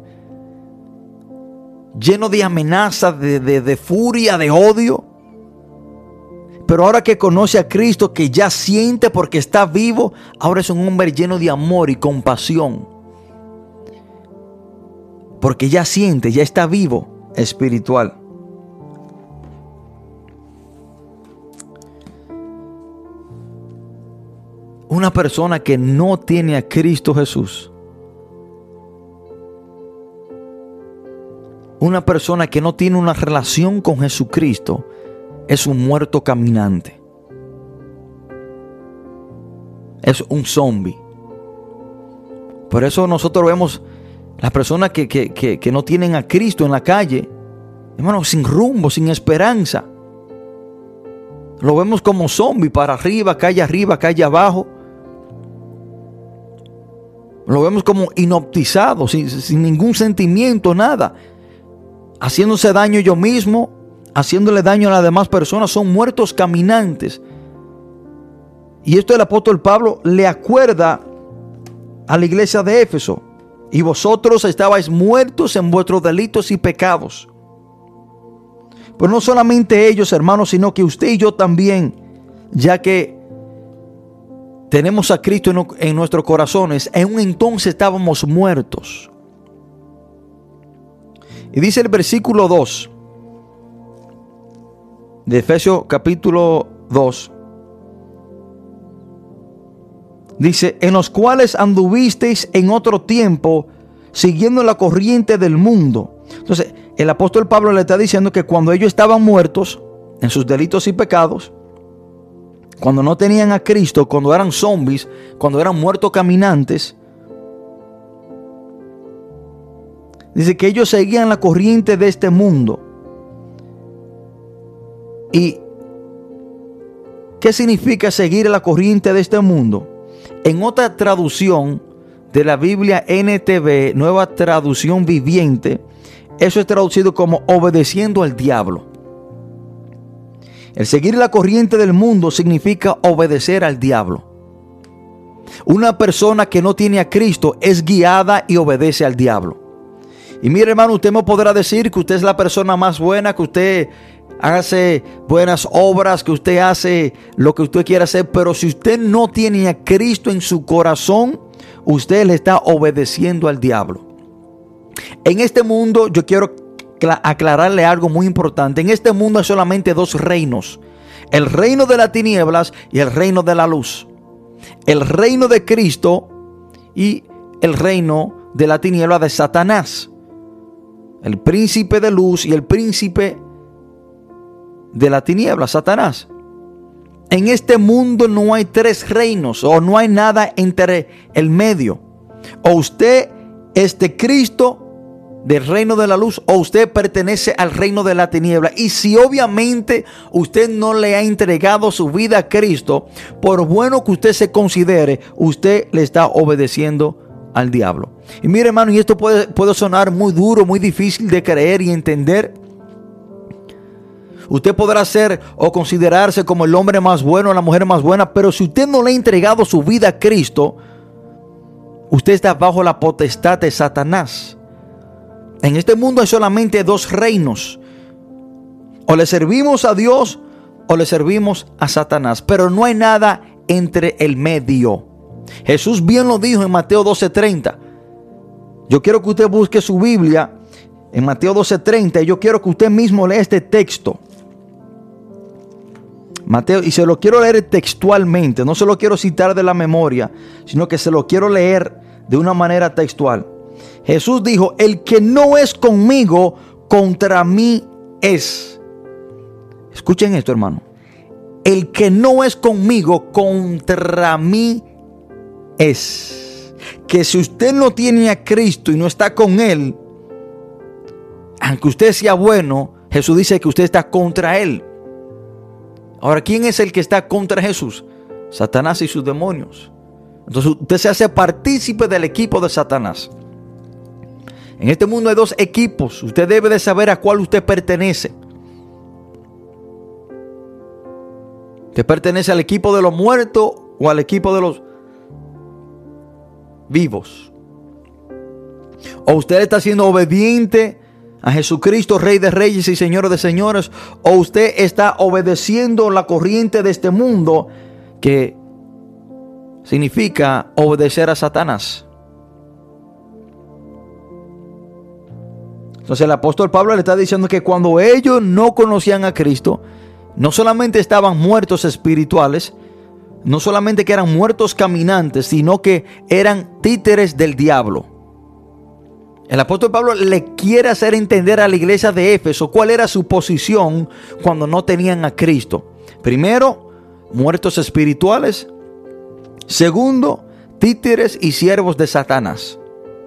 lleno de amenazas, de furia, de odio. Pero ahora que conoce a Cristo, que ya siente porque está vivo, ahora es un hombre lleno de amor y compasión. Porque ya siente, ya está vivo espiritual. Una persona que no tiene a Cristo Jesús, una persona que no tiene una relación con Jesucristo, es un muerto caminante. Es un zombie. Por eso nosotros vemos las personas que no tienen a Cristo en la calle, hermano, sin rumbo, sin esperanza. Lo vemos como zombie, para arriba, calle abajo. Lo vemos como inoptizado, sin ningún sentimiento, nada. Haciéndose daño yo mismo, haciéndole daño a las demás personas. Son muertos caminantes. Y esto el apóstol Pablo le acuerda a la iglesia de Éfeso. Y vosotros estabais muertos en vuestros delitos y pecados. Pero no solamente ellos, hermanos, sino que usted y yo también, ya que tenemos a Cristo en nuestros corazones, en un entonces estábamos muertos. Y dice el versículo 2 de Efesios capítulo 2. Dice, en los cuales anduvisteis en otro tiempo, siguiendo la corriente del mundo. Entonces, el apóstol Pablo le está diciendo que cuando ellos estaban muertos en sus delitos y pecados, cuando no tenían a Cristo, cuando eran zombies, cuando eran muertos caminantes, dice que ellos seguían la corriente de este mundo. ¿Y qué significa seguir la corriente de este mundo? En otra traducción de la Biblia NTV, Nueva Traducción Viviente, eso es traducido como obedeciendo al diablo. El seguir la corriente del mundo significa obedecer al diablo. Una persona que no tiene a Cristo es guiada y obedece al diablo. Y mire, hermano, usted me podrá decir que usted es la persona más buena, que usted hace buenas obras, que usted hace lo que usted quiera hacer, pero si usted no tiene a Cristo en su corazón, usted le está obedeciendo al diablo. En este mundo, yo quiero aclararle algo muy importante. En este mundo hay solamente dos reinos: el reino de las tinieblas y el reino de la luz. El reino de Cristo y el reino de la tiniebla de Satanás. El príncipe de luz y el príncipe de la tiniebla, Satanás. En este mundo no hay tres reinos, o no hay nada entre el medio. O usted es de Cristo, del reino de la luz, o usted pertenece al reino de la tiniebla. Y si obviamente usted no le ha entregado su vida a Cristo, por bueno que usted se considere, usted le está obedeciendo al diablo. Y mire, hermano, y esto puede sonar muy duro, muy difícil de creer y entender. Usted podrá ser o considerarse como el hombre más bueno o la mujer más buena, pero si usted no le ha entregado su vida a Cristo, usted está bajo la potestad de Satanás. En este mundo hay solamente dos reinos: o le servimos a Dios o le servimos a Satanás, pero no hay nada entre el medio. Jesús bien lo dijo en Mateo 12:30. Yo quiero que usted busque su Biblia en Mateo 12:30 y yo quiero que usted mismo lea este texto. Mateo, y se lo quiero leer textualmente, no se lo quiero citar de la memoria, sino que se lo quiero leer de una manera textual. Jesús dijo: el que no es conmigo, contra mí es. Escuchen esto, hermano. El que no es conmigo, contra mí es. Que si usted no tiene a Cristo y no está con Él, aunque usted sea bueno, Jesús dice que usted está contra Él. Ahora, ¿quién es el que está contra Jesús? Satanás y sus demonios. Entonces usted se hace partícipe del equipo de Satanás. En este mundo hay dos equipos. Usted debe de saber a cuál usted pertenece. ¿Usted pertenece al equipo de los muertos o al equipo de los vivos? ¿O usted está siendo obediente a Jesucristo, Rey de Reyes y Señor de Señores? ¿O usted está obedeciendo la corriente de este mundo, que significa obedecer a Satanás? Entonces el apóstol Pablo le está diciendo que cuando ellos no conocían a Cristo, no solamente estaban muertos espirituales, no solamente que eran muertos caminantes, sino que eran títeres del diablo. El apóstol Pablo le quiere hacer entender a la iglesia de Éfeso cuál era su posición cuando no tenían a Cristo. Primero, muertos espirituales. Segundo, títeres y siervos de Satanás.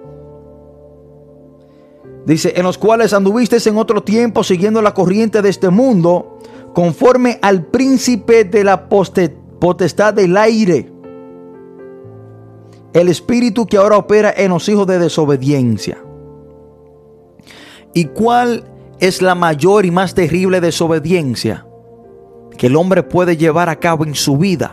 Dice: en los cuales anduvisteis en otro tiempo siguiendo la corriente de este mundo, conforme al príncipe de la potestad del aire, el espíritu que ahora opera en los hijos de desobediencia. ¿Y cuál es la mayor y más terrible desobediencia que el hombre puede llevar a cabo en su vida?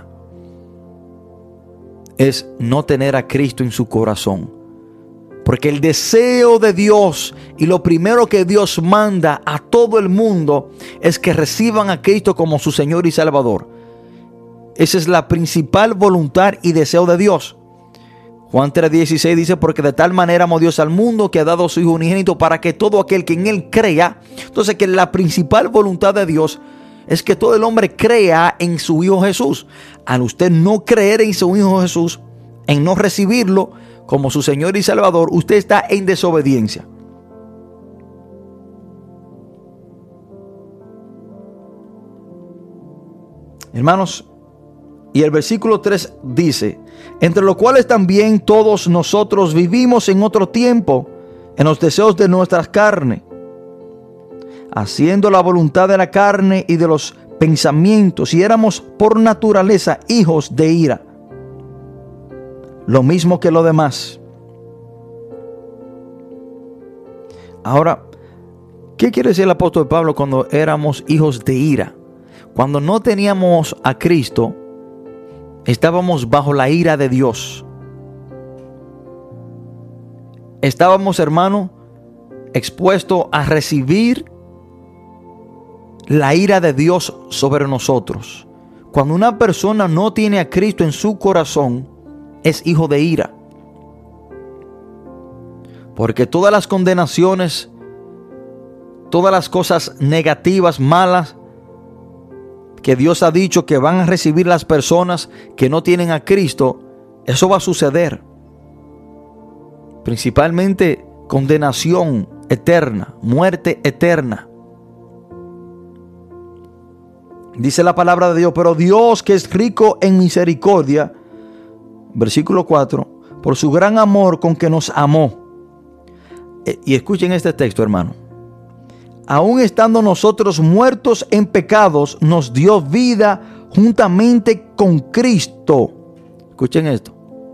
Es no tener a Cristo en su corazón. Porque el deseo de Dios y lo primero que Dios manda a todo el mundo es que reciban a Cristo como su Señor y Salvador. Esa es la principal voluntad y deseo de Dios. Juan 3:16 dice: porque de tal manera amó Dios al mundo que ha dado a su Hijo unigénito para que todo aquel que en Él crea. Entonces, que la principal voluntad de Dios es que todo el hombre crea en su Hijo Jesús. Al usted no creer en su Hijo Jesús, en no recibirlo como su Señor y Salvador, usted está en desobediencia. Hermanos, y el versículo 3 dice: entre los cuales también todos nosotros vivimos en otro tiempo, en los deseos de nuestras carnes, haciendo la voluntad de la carne y de los pensamientos, y éramos por naturaleza hijos de ira, lo mismo que los demás. Ahora, ¿qué quiere decir el apóstol Pablo cuando éramos hijos de ira? Cuando no teníamos a Cristo, estábamos bajo la ira de Dios. Estábamos, hermano, expuestos a recibir la ira de Dios sobre nosotros. Cuando una persona no tiene a Cristo en su corazón, es hijo de ira. Porque todas las condenaciones, todas las cosas negativas, malas, que Dios ha dicho que van a recibir las personas que no tienen a Cristo, eso va a suceder. Principalmente condenación eterna, muerte eterna. Dice la palabra de Dios, pero Dios, que es rico en misericordia, versículo 4, por su gran amor con que nos amó. Y escuchen este texto, hermano. Aún estando nosotros muertos en pecados, nos dio vida juntamente con Cristo. Escuchen esto.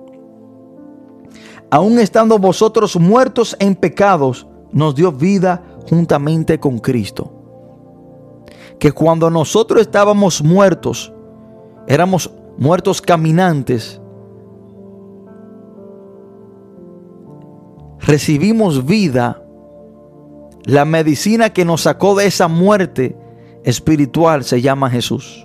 Aún estando vosotros muertos en pecados, nos dio vida juntamente con Cristo. Que cuando nosotros estábamos muertos, éramos muertos caminantes, recibimos vida. La medicina que nos sacó de esa muerte espiritual se llama Jesús.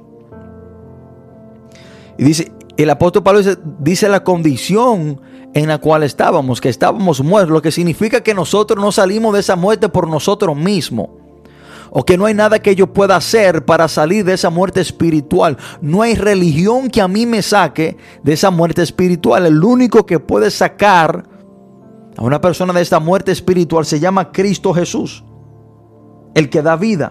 Y dice, el apóstol Pablo dice la condición en la cual estábamos, que estábamos muertos, lo que significa que nosotros no salimos de esa muerte por nosotros mismos, o que no hay nada que yo pueda hacer para salir de esa muerte espiritual. No hay religión que a mí me saque de esa muerte espiritual. El único que puede sacar a una persona de esta muerte espiritual se llama Cristo Jesús, el que da vida.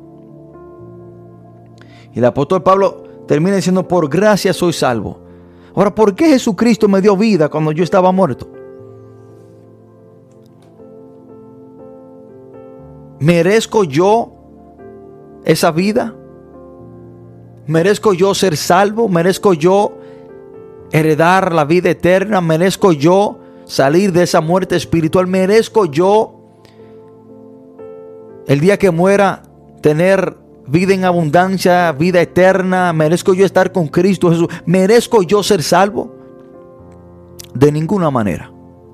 Y el apóstol Pablo termina diciendo, por gracia soy salvo. Ahora, ¿por qué Jesucristo me dio vida cuando yo estaba muerto? ¿Merezco yo esa vida? ¿Merezco yo ser salvo? ¿Merezco yo heredar la vida eterna? ¿Merezco yo salir de esa muerte espiritual? ¿Merezco yo el día que muera tener vida en abundancia, vida eterna? ¿Merezco yo estar con Cristo Jesús? ¿Merezco yo ser salvo? De ninguna manera.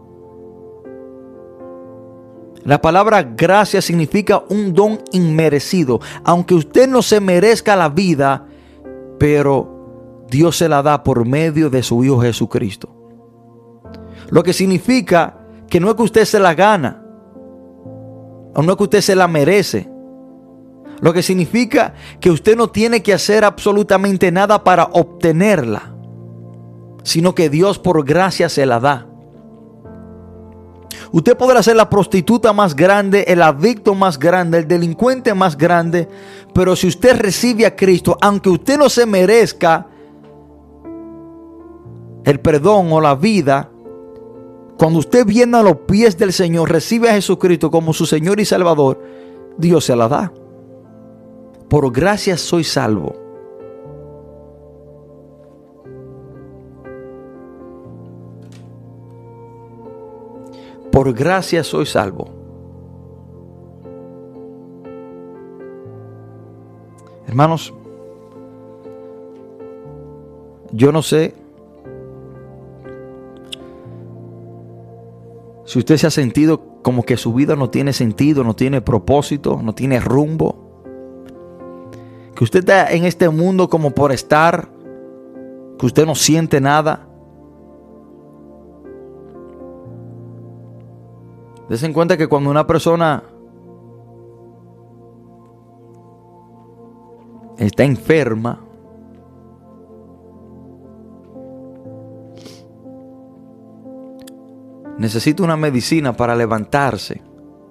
La palabra gracia significa un don inmerecido. Aunque usted no se merezca la vida, pero Dios se la da por medio de su Hijo Jesucristo. Lo que significa que no es que usted se la gana, o no es que usted se la merece. Lo que significa que usted no tiene que hacer absolutamente nada para obtenerla, sino que Dios por gracia se la da. Usted podrá ser la prostituta más grande, el adicto más grande, el delincuente más grande, pero si usted recibe a Cristo, aunque usted no se merezca el perdón o la vida, cuando usted viene a los pies del Señor, recibe a Jesucristo como su Señor y Salvador, Dios se la da. Por gracia soy salvo. Por gracia soy salvo. Hermanos, yo no sé si usted se ha sentido como que su vida no tiene sentido, no tiene propósito, no tiene rumbo. Que usted está en este mundo como por estar, que usted no siente nada. Dese en cuenta que cuando una persona está enferma, necesita una medicina para levantarse.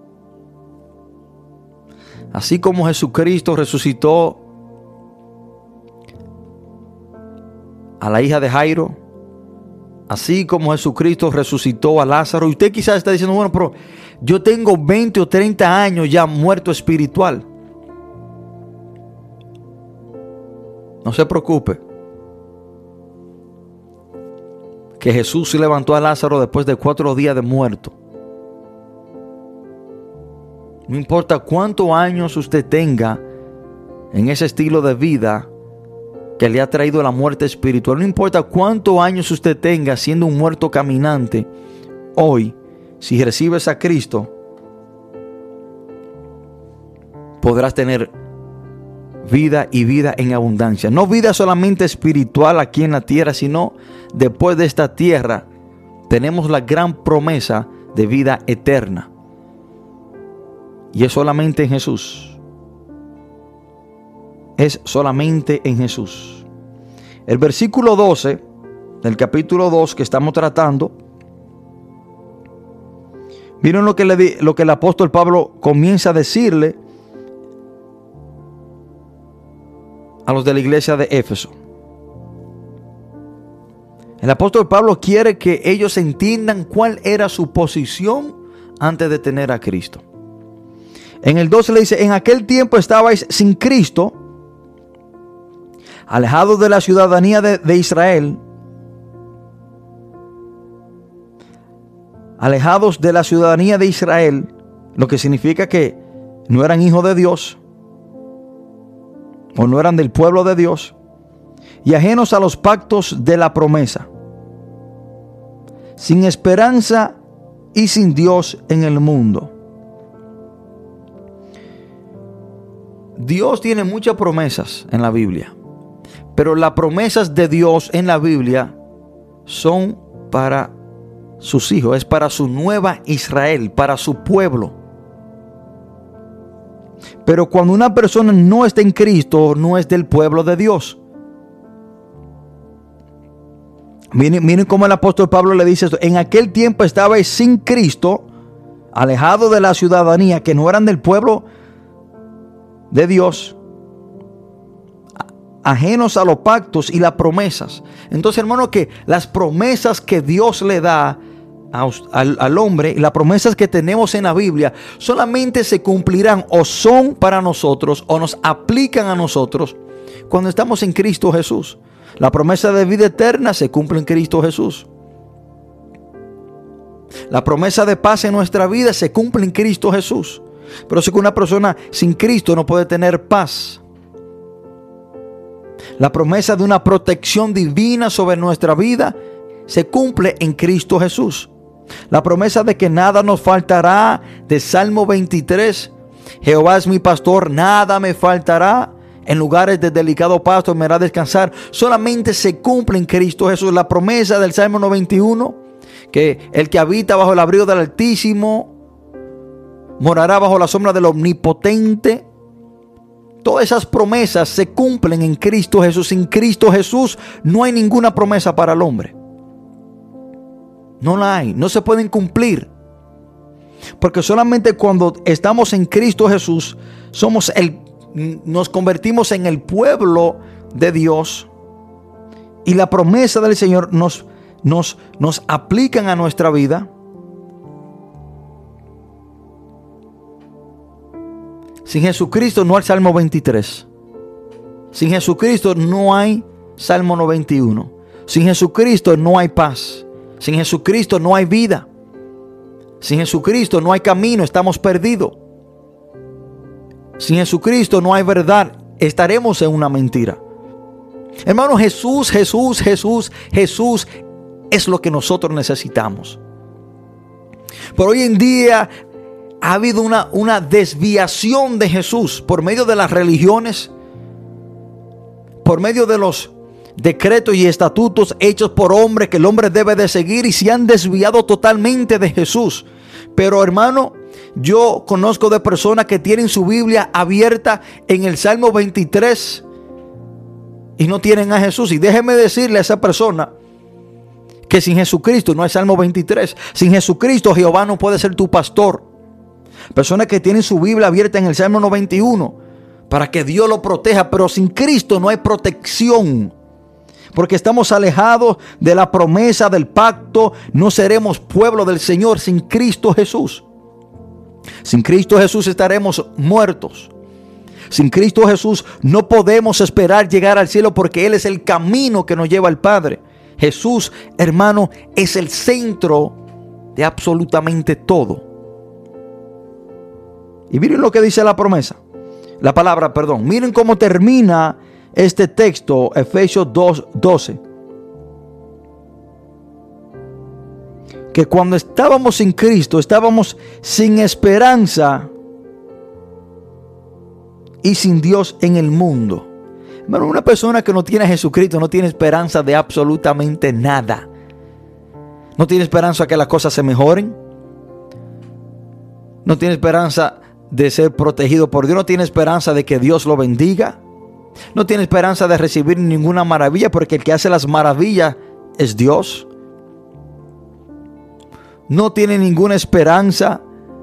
Así como Jesucristo resucitó a la hija de Jairo, así como Jesucristo resucitó a Lázaro. Y usted quizás está diciendo, bueno, pero yo tengo 20 o 30 años ya muerto espiritual. No se preocupe, que Jesús levantó a Lázaro después de 4 días de muerto. No importa cuántos años usted tenga en ese estilo de vida que le ha traído la muerte espiritual. No importa cuántos años usted tenga siendo un muerto caminante, hoy, si recibes a Cristo, podrás tener vida y vida en abundancia. No vida solamente espiritual aquí en la tierra, sino después de esta tierra tenemos la gran promesa de vida eterna. Y es solamente en Jesús. Es solamente en Jesús. El versículo 12 del capítulo 2 que estamos tratando, miren lo que el apóstol Pablo comienza a decirle a los de la iglesia de Éfeso. El apóstol Pablo quiere que ellos entiendan cuál era su posición antes de tener a Cristo. En el 12 le dice: en aquel tiempo estabais sin Cristo, alejados de la ciudadanía de Israel, alejados de la ciudadanía de Israel, lo que significa que no eran hijos de Dios, o no eran del pueblo de Dios, y ajenos a los pactos de la promesa, sin esperanza y sin Dios en el mundo. Dios tiene muchas promesas en la Biblia, pero las promesas de Dios en la Biblia son para sus hijos, es para su nueva Israel, para su pueblo. Pero cuando una persona no está en Cristo, no es del pueblo de Dios. Miren cómo el apóstol Pablo le dice esto: en aquel tiempo estabais sin Cristo, alejados de la ciudadanía, que no eran del pueblo de Dios, ajenos a los pactos y las promesas. Entonces, hermano, que las promesas que Dios le da al hombre y las promesas que tenemos en la Biblia solamente se cumplirán o son para nosotros o nos aplican a nosotros cuando estamos en Cristo Jesús. La promesa de vida eterna se cumple en Cristo Jesús. La promesa de paz en nuestra vida se cumple en Cristo Jesús. Pero si una persona sin Cristo no puede tener paz. La promesa de una protección divina sobre nuestra vida se cumple en Cristo Jesús. La promesa de que nada nos faltará, de Salmo 23, Jehová es mi pastor, nada me faltará, en lugares de delicado pasto me hará descansar, solamente se cumple en Cristo Jesús. La promesa del Salmo 91, que el que habita bajo el abrigo del Altísimo morará bajo la sombra del Omnipotente. Todas esas promesas se cumplen en Cristo Jesús. Sin Cristo Jesús no hay ninguna promesa para el hombre. No la hay, no se pueden cumplir. Porque solamente cuando estamos en Cristo Jesús nos convertimos en el pueblo de Dios. Y la promesa del Señor nos aplican a nuestra vida. Sin Jesucristo no hay Salmo 23. Sin Jesucristo no hay Salmo 91. Sin Jesucristo no hay paz. Sin Jesucristo no hay vida. Sin Jesucristo no hay camino, estamos perdidos. Sin Jesucristo no hay verdad, estaremos en una mentira. Hermano, Jesús es lo que nosotros necesitamos. Pero hoy en día ha habido una desviación de Jesús por medio de las religiones, por medio de los decretos y estatutos hechos por hombres que el hombre debe de seguir, y se han desviado totalmente de Jesús. Pero hermano, yo conozco de personas que tienen su Biblia abierta en el Salmo 23 y no tienen a Jesús. Y déjeme decirle a esa persona que sin Jesucristo no hay Salmo 23. Sin Jesucristo Jehová no puede ser tu pastor. Personas que tienen su Biblia abierta en el Salmo 91 para que Dios lo proteja, pero sin Cristo no hay protección. Porque estamos alejados de la promesa del pacto. No seremos pueblo del Señor sin Cristo Jesús. Sin Cristo Jesús estaremos muertos. Sin Cristo Jesús no podemos esperar llegar al cielo, porque Él es el camino que nos lleva al Padre. Jesús, hermano, es el centro de absolutamente todo. Y miren lo que dice la promesa. la palabra, perdón. Miren cómo termina este texto, Efesios 2:12. Que cuando estábamos sin Cristo, estábamos sin esperanza y sin Dios en el mundo. Hermano, una persona que no tiene a Jesucristo no tiene esperanza de absolutamente nada. No tiene esperanza de que las cosas se mejoren. No tiene esperanza de ser protegido por Dios. No tiene esperanza de que Dios lo bendiga. No tiene esperanza de recibir ninguna maravilla, porque el que hace las maravillas es Dios. No tiene ninguna esperanza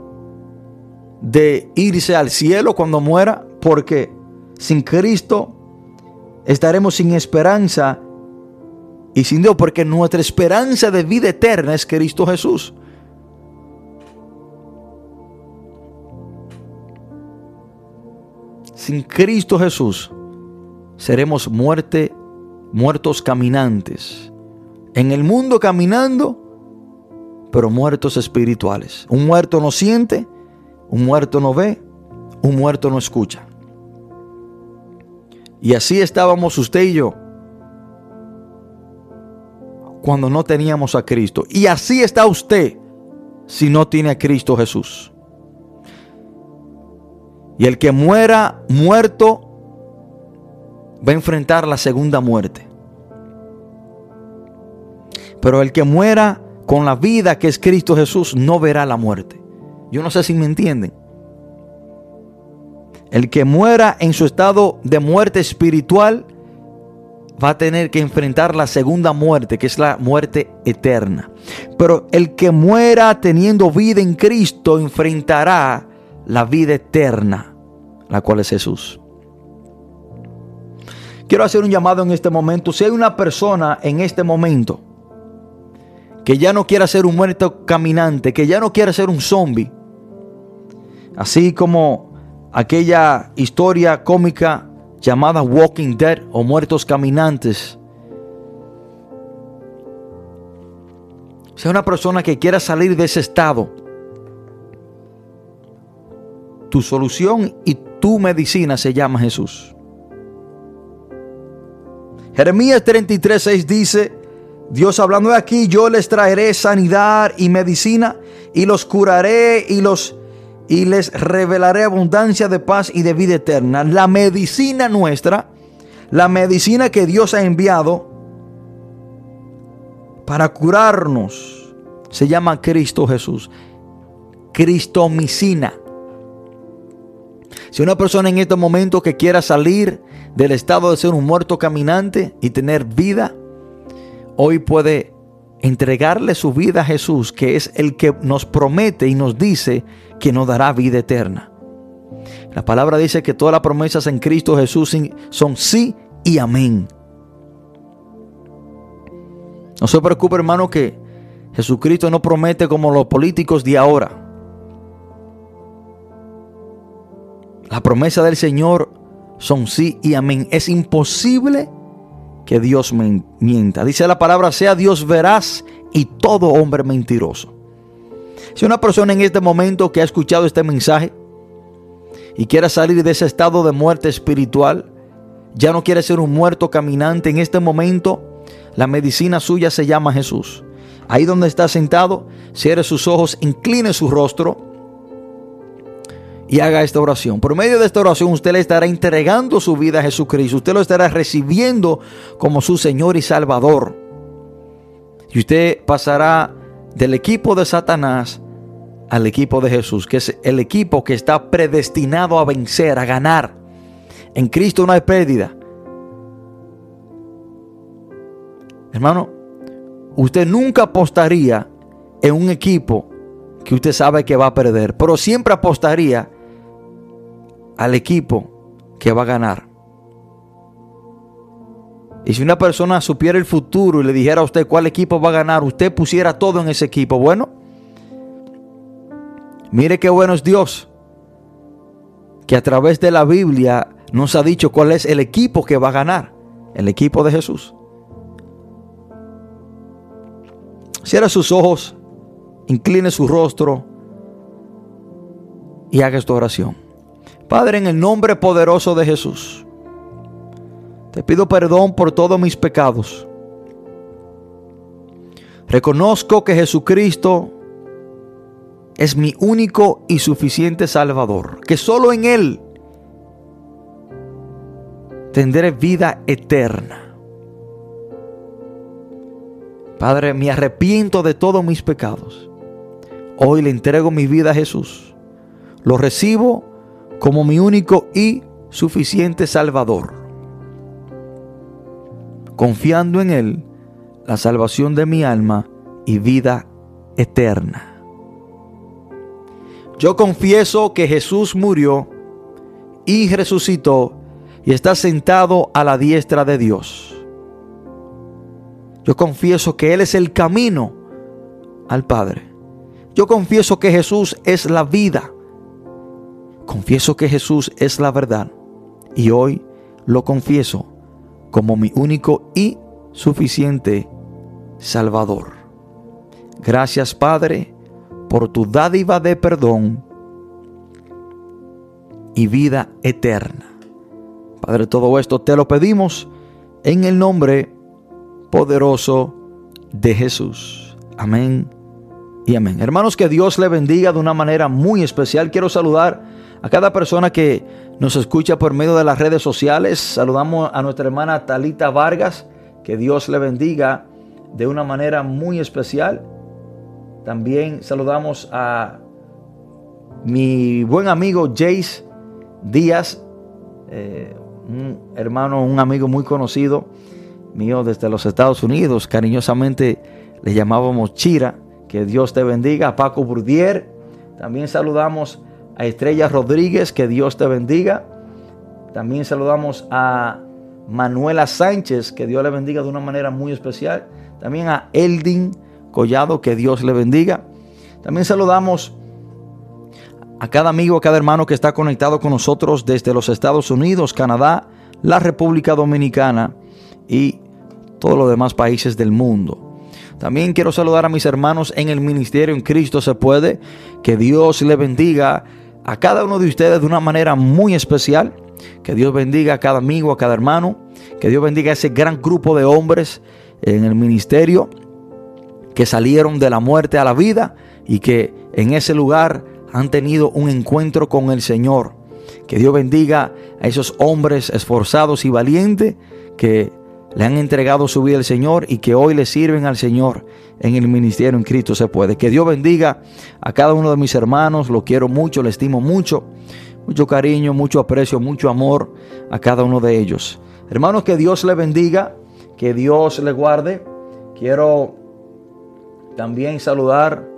de irse al cielo cuando muera, porque sin Cristo estaremos sin esperanza y sin Dios, porque nuestra esperanza de vida eterna es Cristo Jesús. Sin Cristo Jesús seremos muertos caminantes. En el mundo caminando, pero muertos espirituales. Un muerto no siente, un muerto no ve, un muerto no escucha. Y así estábamos usted y yo cuando no teníamos a Cristo. Y así está usted si no tiene a Cristo Jesús. Y el que muera muerto va a enfrentar la segunda muerte. Pero el que muera con la vida que es Cristo Jesús no verá la muerte. Yo no sé si me entienden. El que muera en su estado de muerte espiritual va a tener que enfrentar la segunda muerte, que es la muerte eterna. Pero el que muera teniendo vida en Cristo enfrentará la vida eterna, la cual es Jesús. Quiero hacer un llamado en este momento. Si hay una persona en este momento que ya no quiera ser un muerto caminante, que ya no quiera ser un zombie, así como aquella historia cómica llamada Walking Dead o Muertos Caminantes. O sea, una persona que quiera salir de ese estado, tu solución y tu medicina se llama Jesús. Jeremías 33:6 dice, Dios hablando de aquí: yo les traeré sanidad y medicina, y los curaré y les revelaré abundancia de paz y de vida eterna. La medicina nuestra, la medicina que Dios ha enviado para curarnos, se llama Cristo Jesús. Cristomicina. Si una persona en este momento que quiera salir del estado de ser un muerto caminante y tener vida, hoy puede entregarle su vida a Jesús, que es el que nos promete y nos dice que nos dará vida eterna. La palabra dice que todas las promesas en Cristo Jesús son sí y amén. No se preocupe, hermano, que Jesucristo no promete como los políticos de ahora. La promesa del Señor son sí y amén. Es imposible que Dios mienta. Dice la palabra: sea Dios veraz y todo hombre mentiroso. Si una persona en este momento que ha escuchado este mensaje y quiere salir de ese estado de muerte espiritual, ya no quiere ser un muerto caminante, en este momento la medicina suya se llama Jesús. Ahí donde está sentado, cierre sus ojos, incline su rostro y haga esta oración. Por medio de esta oración usted le estará entregando su vida a Jesucristo. Usted lo estará recibiendo como su Señor y Salvador. Y usted pasará del equipo de Satanás al equipo de Jesús, que es el equipo que está predestinado a vencer, a ganar. En Cristo no hay pérdida. Hermano, usted nunca apostaría en un equipo que usted sabe que va a perder, pero siempre apostaría al equipo que va a ganar. Y si una persona supiera el futuro y le dijera a usted cuál equipo va a ganar, usted pusiera todo en ese equipo. Bueno, mire qué bueno es Dios, que a través de la Biblia nos ha dicho cuál es el equipo que va a ganar, el equipo de Jesús. Cierra sus ojos, incline su rostro y haga esta oración. Padre, en el nombre poderoso de Jesús, te pido perdón por todos mis pecados. Reconozco que Jesucristo es mi único y suficiente Salvador, que solo en Él tendré vida eterna. Padre, me arrepiento de todos mis pecados. Hoy le entrego mi vida a Jesús. Lo recibo como mi único y suficiente Salvador, confiando en Él la salvación de mi alma y vida eterna. Yo confieso que Jesús murió y resucitó y está sentado a la diestra de Dios. Yo confieso que Él es el camino al Padre. Yo confieso que Jesús es la vida. Confieso que Jesús es la verdad. Y hoy lo confieso como mi único y suficiente Salvador. Gracias, Padre, por tu dádiva de perdón y vida eterna. Padre, todo esto te lo pedimos en el nombre poderoso de Jesús. Amén y amén. Hermanos, que Dios le bendiga de una manera muy especial. Quiero saludar a cada persona que nos escucha por medio de las redes sociales. Saludamos a nuestra hermana Talita Vargas. Que Dios le bendiga de una manera muy especial. También saludamos a mi buen amigo Jace Díaz, un hermano, un amigo muy conocido mío desde los Estados Unidos. Cariñosamente le llamábamos Chira. Que Dios te bendiga. A Paco Burdier. También saludamos a Estrella Rodríguez. Que Dios te bendiga. También saludamos a Manuela Sánchez. Que Dios le bendiga de una manera muy especial. También a Eldin Collado. Que Dios le bendiga. También saludamos a cada amigo, a cada hermano que está conectado con nosotros desde los Estados Unidos, Canadá, la República Dominicana y todos los demás países del mundo. También quiero saludar a mis hermanos en el ministerio En Cristo Se Puede. Que Dios le bendiga a cada uno de ustedes de una manera muy especial. Que Dios bendiga a cada amigo, a cada hermano. Que Dios bendiga a ese gran grupo de hombres en el ministerio que salieron de la muerte a la vida y que en ese lugar han tenido un encuentro con el Señor. Que Dios bendiga a esos hombres esforzados y valientes que le han entregado su vida al Señor y que hoy le sirven al Señor en el ministerio En Cristo Se Puede. Que Dios bendiga a cada uno de mis hermanos. Lo quiero mucho, le estimo mucho. Mucho cariño, mucho aprecio, mucho amor a cada uno de ellos. Hermanos, que Dios le bendiga, que Dios le guarde. Quiero también saludar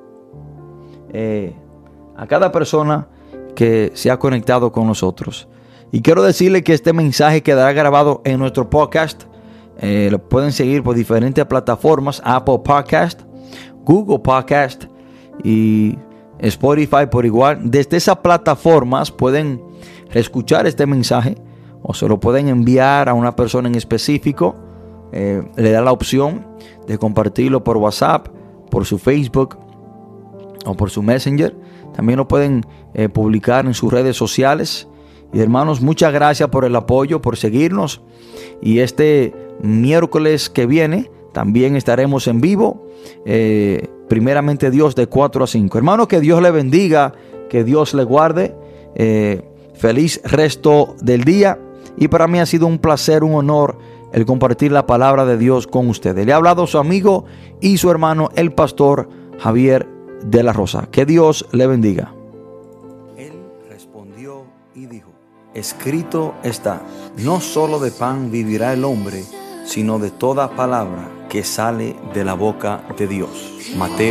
a cada persona que se ha conectado con nosotros. Y quiero decirle que este mensaje quedará grabado en nuestro podcast. Lo pueden seguir por diferentes plataformas: Apple Podcast, Google Podcast y Spotify por igual. Desde esas plataformas pueden escuchar este mensaje o se lo pueden enviar a una persona en específico. Le da la opción de compartirlo por WhatsApp, por su Facebook o por su Messenger. También lo pueden publicar en sus redes sociales. Y hermanos, muchas gracias por el apoyo, por seguirnos. Y este miércoles que viene también estaremos en vivo. Primeramente Dios, de 4 a 5. Hermanos, que Dios le bendiga, que Dios le guarde. Feliz resto del día. Y para mí ha sido un placer, un honor el compartir la palabra de Dios con ustedes. Le ha hablado su amigo y su hermano, el pastor Javier de la Rosa. Que Dios le bendiga. Él respondió y dijo: escrito está, no solo de pan vivirá el hombre, sino de toda palabra que sale de la boca de Dios. Mateo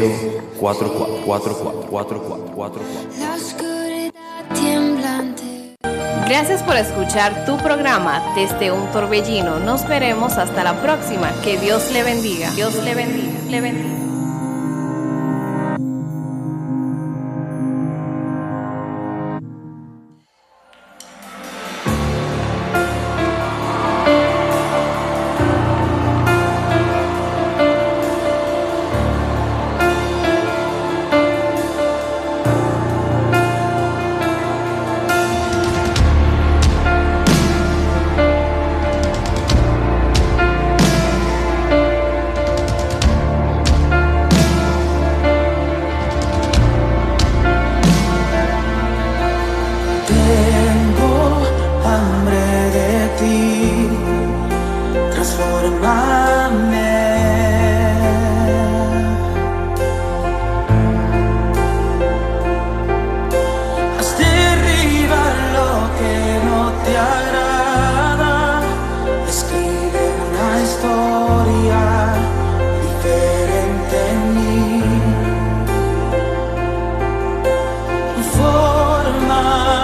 4:4. Gracias por escuchar tu programa Desde un Torbellino. Nos veremos hasta la próxima. Que Dios le bendiga. Dios le bendiga. Le bendiga.